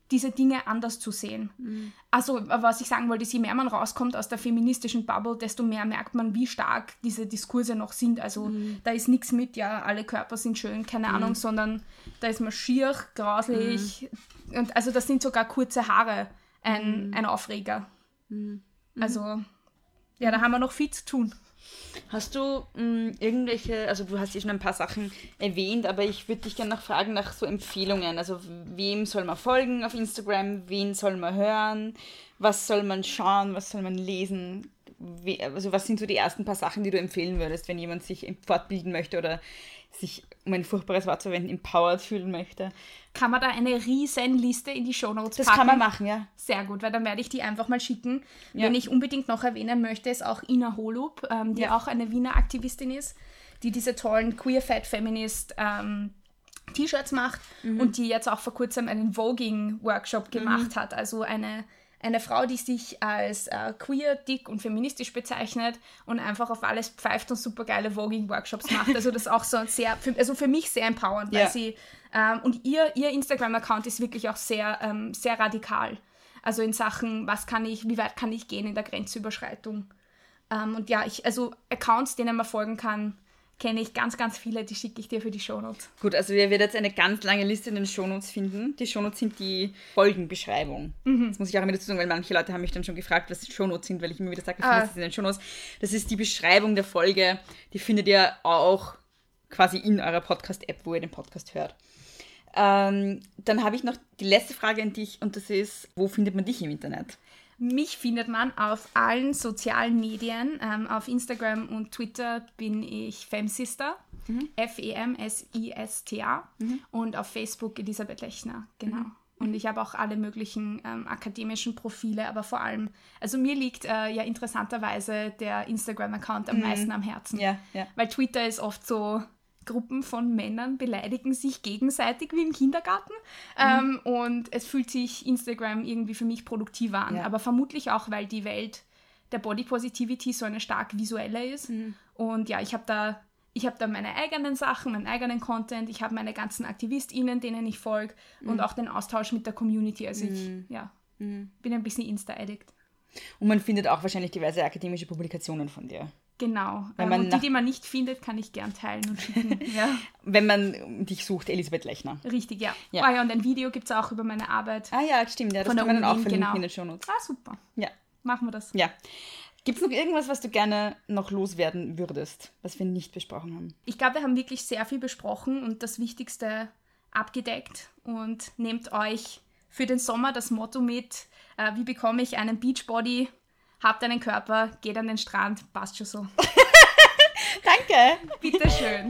Speaker 4: diese Dinge anders zu sehen. Mhm. Also, was ich sagen wollte, ist, je mehr man rauskommt aus der feministischen Bubble, desto mehr merkt man, wie stark diese Diskurse noch sind. Also, mhm. da ist nichts mit, ja, alle Körper sind schön, keine mhm. Ahnung, sondern da ist man schier, grauslich. Mhm. Und also, das sind sogar kurze Haare ein, mhm. ein Aufreger. Mhm. Also, ja, da haben wir noch viel zu tun.
Speaker 5: Hast du mh, irgendwelche, also du hast ja schon ein paar Sachen erwähnt, aber ich würde dich gerne noch fragen nach so Empfehlungen. Also wem soll man folgen auf Instagram, wen soll man hören, was soll man schauen, was soll man lesen? Wie, also was sind so die ersten paar Sachen, die du empfehlen würdest, wenn jemand sich fortbilden möchte oder sich, um ein furchtbares Wort zu verwenden, empowered fühlen möchte?
Speaker 4: Kann man da eine riesen Liste in die Shownotes packen?
Speaker 5: Das kann man machen, ja.
Speaker 4: Sehr gut, weil dann werde ich die einfach mal schicken.
Speaker 5: Ja.
Speaker 4: Wenn ich unbedingt noch erwähnen möchte, ist auch Ina Holub, ähm, die ja. auch eine Wiener Aktivistin ist, die diese tollen Queer Fat Feminist ähm, T-Shirts macht mhm. und die jetzt auch vor kurzem einen Voging-Workshop gemacht mhm. hat. Also eine, eine Frau, die sich als äh, queer, dick und feministisch bezeichnet und einfach auf alles pfeift und super geile Voging-Workshops macht. Also das ist auch so sehr, für, also für mich sehr empowernd, weil ja. sie ähm, und ihr, ihr Instagram-Account ist wirklich auch sehr, ähm, sehr radikal. Also in Sachen, was kann ich, wie weit kann ich gehen in der Grenzüberschreitung. Ähm, und ja, ich, also Accounts, denen man folgen kann, kenne ich ganz, ganz viele, die schicke ich dir für die Shownotes.
Speaker 5: Gut, also wir werden jetzt eine ganz lange Liste in den Shownotes finden. Die Shownotes sind die Folgenbeschreibung. Mhm. Das muss ich auch immer dazu sagen, weil manche Leute haben mich dann schon gefragt, was die Shownotes sind, weil ich immer wieder sage, ich finde das in den Shownotes. Das ist die Beschreibung der Folge, die findet ihr auch quasi in eurer Podcast-App, wo ihr den Podcast hört. Ähm, dann habe ich noch die letzte Frage an dich und das ist, wo findet man dich im Internet?
Speaker 4: Mich findet man auf allen sozialen Medien. Ähm, auf Instagram und Twitter bin ich Femsister, mhm. F E M S I S T A mhm. und auf Facebook Elisabeth Lechner, genau. Mhm. Und ich habe auch alle möglichen ähm, akademischen Profile, aber vor allem, also mir liegt äh, ja interessanterweise der Instagram-Account am mhm. meisten am Herzen.
Speaker 5: Ja, ja.
Speaker 4: Weil Twitter ist oft so, Gruppen von Männern beleidigen sich gegenseitig wie im Kindergarten. Mhm. Ähm, und es fühlt sich Instagram irgendwie für mich produktiver an. Ja. Aber vermutlich auch, weil die Welt der Body Positivity so eine stark visuelle ist. Mhm. Und ja, ich habe da, ich hab da meine eigenen Sachen, meinen eigenen Content. Ich habe meine ganzen AktivistInnen, denen ich folge. Mhm. Und auch den Austausch mit der Community. Also mhm. ich ja, mhm. bin ein bisschen Insta-Addict.
Speaker 5: Und man findet auch wahrscheinlich diverse akademische Publikationen von dir.
Speaker 4: Genau. Wenn man und die, die man nicht findet, kann ich gern teilen und schicken. Ja.
Speaker 5: Wenn man dich sucht, Elisabeth Lechner.
Speaker 4: Richtig, ja.
Speaker 5: ja.
Speaker 4: Ah ja, und ein Video gibt es auch über meine Arbeit.
Speaker 5: Ah ja, stimmt. Ja, das kann man dann auch verlinken genau. in den Shownotes.
Speaker 4: Ah, super.
Speaker 5: Ja.
Speaker 4: Machen wir das.
Speaker 5: Ja. Gibt es noch irgendwas, was du gerne noch loswerden würdest, was wir nicht besprochen haben?
Speaker 4: Ich glaube, wir haben wirklich sehr viel besprochen und das Wichtigste abgedeckt. Und nehmt euch für den Sommer das Motto mit, äh, wie bekomme ich einen Beachbody? Habt einen Körper, geht an den Strand, passt schon so.
Speaker 5: Danke.
Speaker 4: Bitteschön.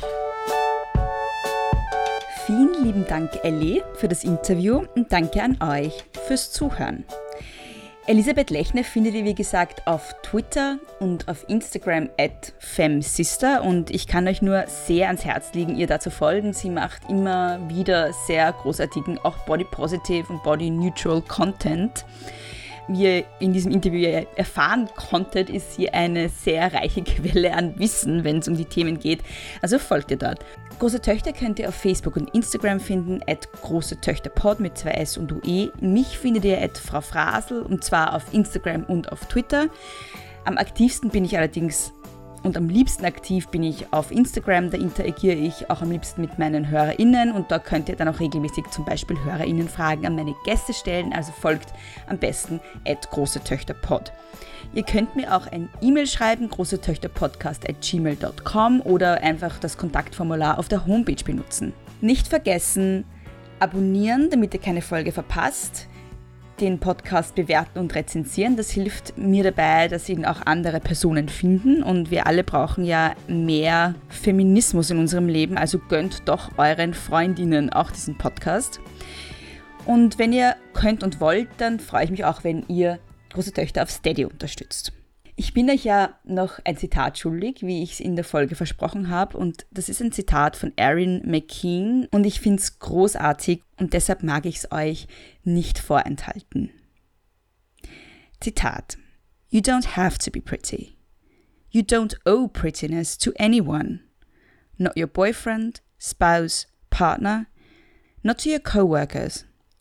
Speaker 5: Vielen lieben Dank, Elli, für das Interview und danke an euch fürs Zuhören. Elisabeth Lechner findet ihr, wie gesagt, auf Twitter und auf Instagram at femsister und ich kann euch nur sehr ans Herz legen, ihr da zu folgen. Sie macht immer wieder sehr großartigen, auch Body-Positive und Body-Neutral Content. Wie ihr in diesem Interview erfahren konntet, ist sie eine sehr reiche Quelle an Wissen, wenn es um die Themen geht. Also folgt ihr dort. Große Töchter könnt ihr auf Facebook und Instagram finden, at großetöchterpod mit zwei S und U E. Mich findet ihr at Frau Frasel und zwar auf Instagram und auf Twitter. Am aktivsten bin ich allerdings und am liebsten aktiv bin ich auf Instagram, da interagiere ich auch am liebsten mit meinen HörerInnen und da könnt ihr dann auch regelmäßig zum Beispiel HörerInnen-Fragen an meine Gäste stellen, also folgt am besten at großetöchterpod. Ihr könnt mir auch ein E-Mail schreiben, großetöchterpodcast at gmail dot com oder einfach das Kontaktformular auf der Homepage benutzen. Nicht vergessen, abonnieren, damit ihr keine Folge verpasst. Den Podcast bewerten und rezensieren. Das hilft mir dabei, dass ihn auch andere Personen finden und wir alle brauchen ja mehr Feminismus in unserem Leben, also gönnt doch euren Freundinnen auch diesen Podcast. Und wenn ihr könnt und wollt, dann freue ich mich auch, wenn ihr Große Töchter auf Steady unterstützt. Ich bin euch ja noch ein Zitat schuldig, wie ich es in der Folge versprochen habe. Und das ist ein Zitat von Erin McKean. Und ich finde es großartig und deshalb mag ich es euch nicht vorenthalten. Zitat. You don't have to be pretty. You don't owe prettiness to anyone. Not your boyfriend, spouse, partner. Not to your co-workers.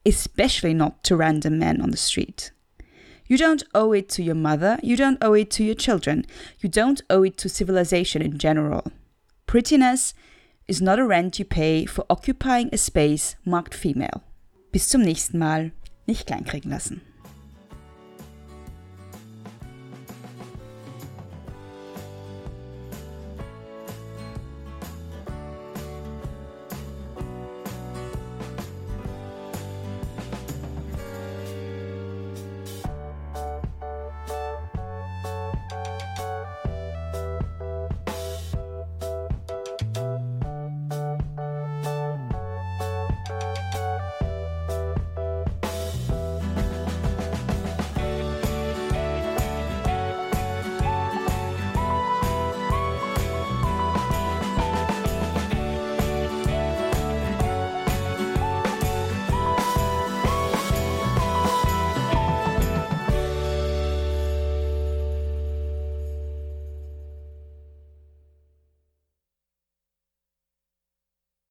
Speaker 5: especially not to random men on the street. You don't owe it to your mother, you don't owe it to your children, you don't owe it to civilization in general. Prettiness is not a rent you pay for occupying a space marked female. Bis zum nächsten Mal, nicht kleinkriegen lassen.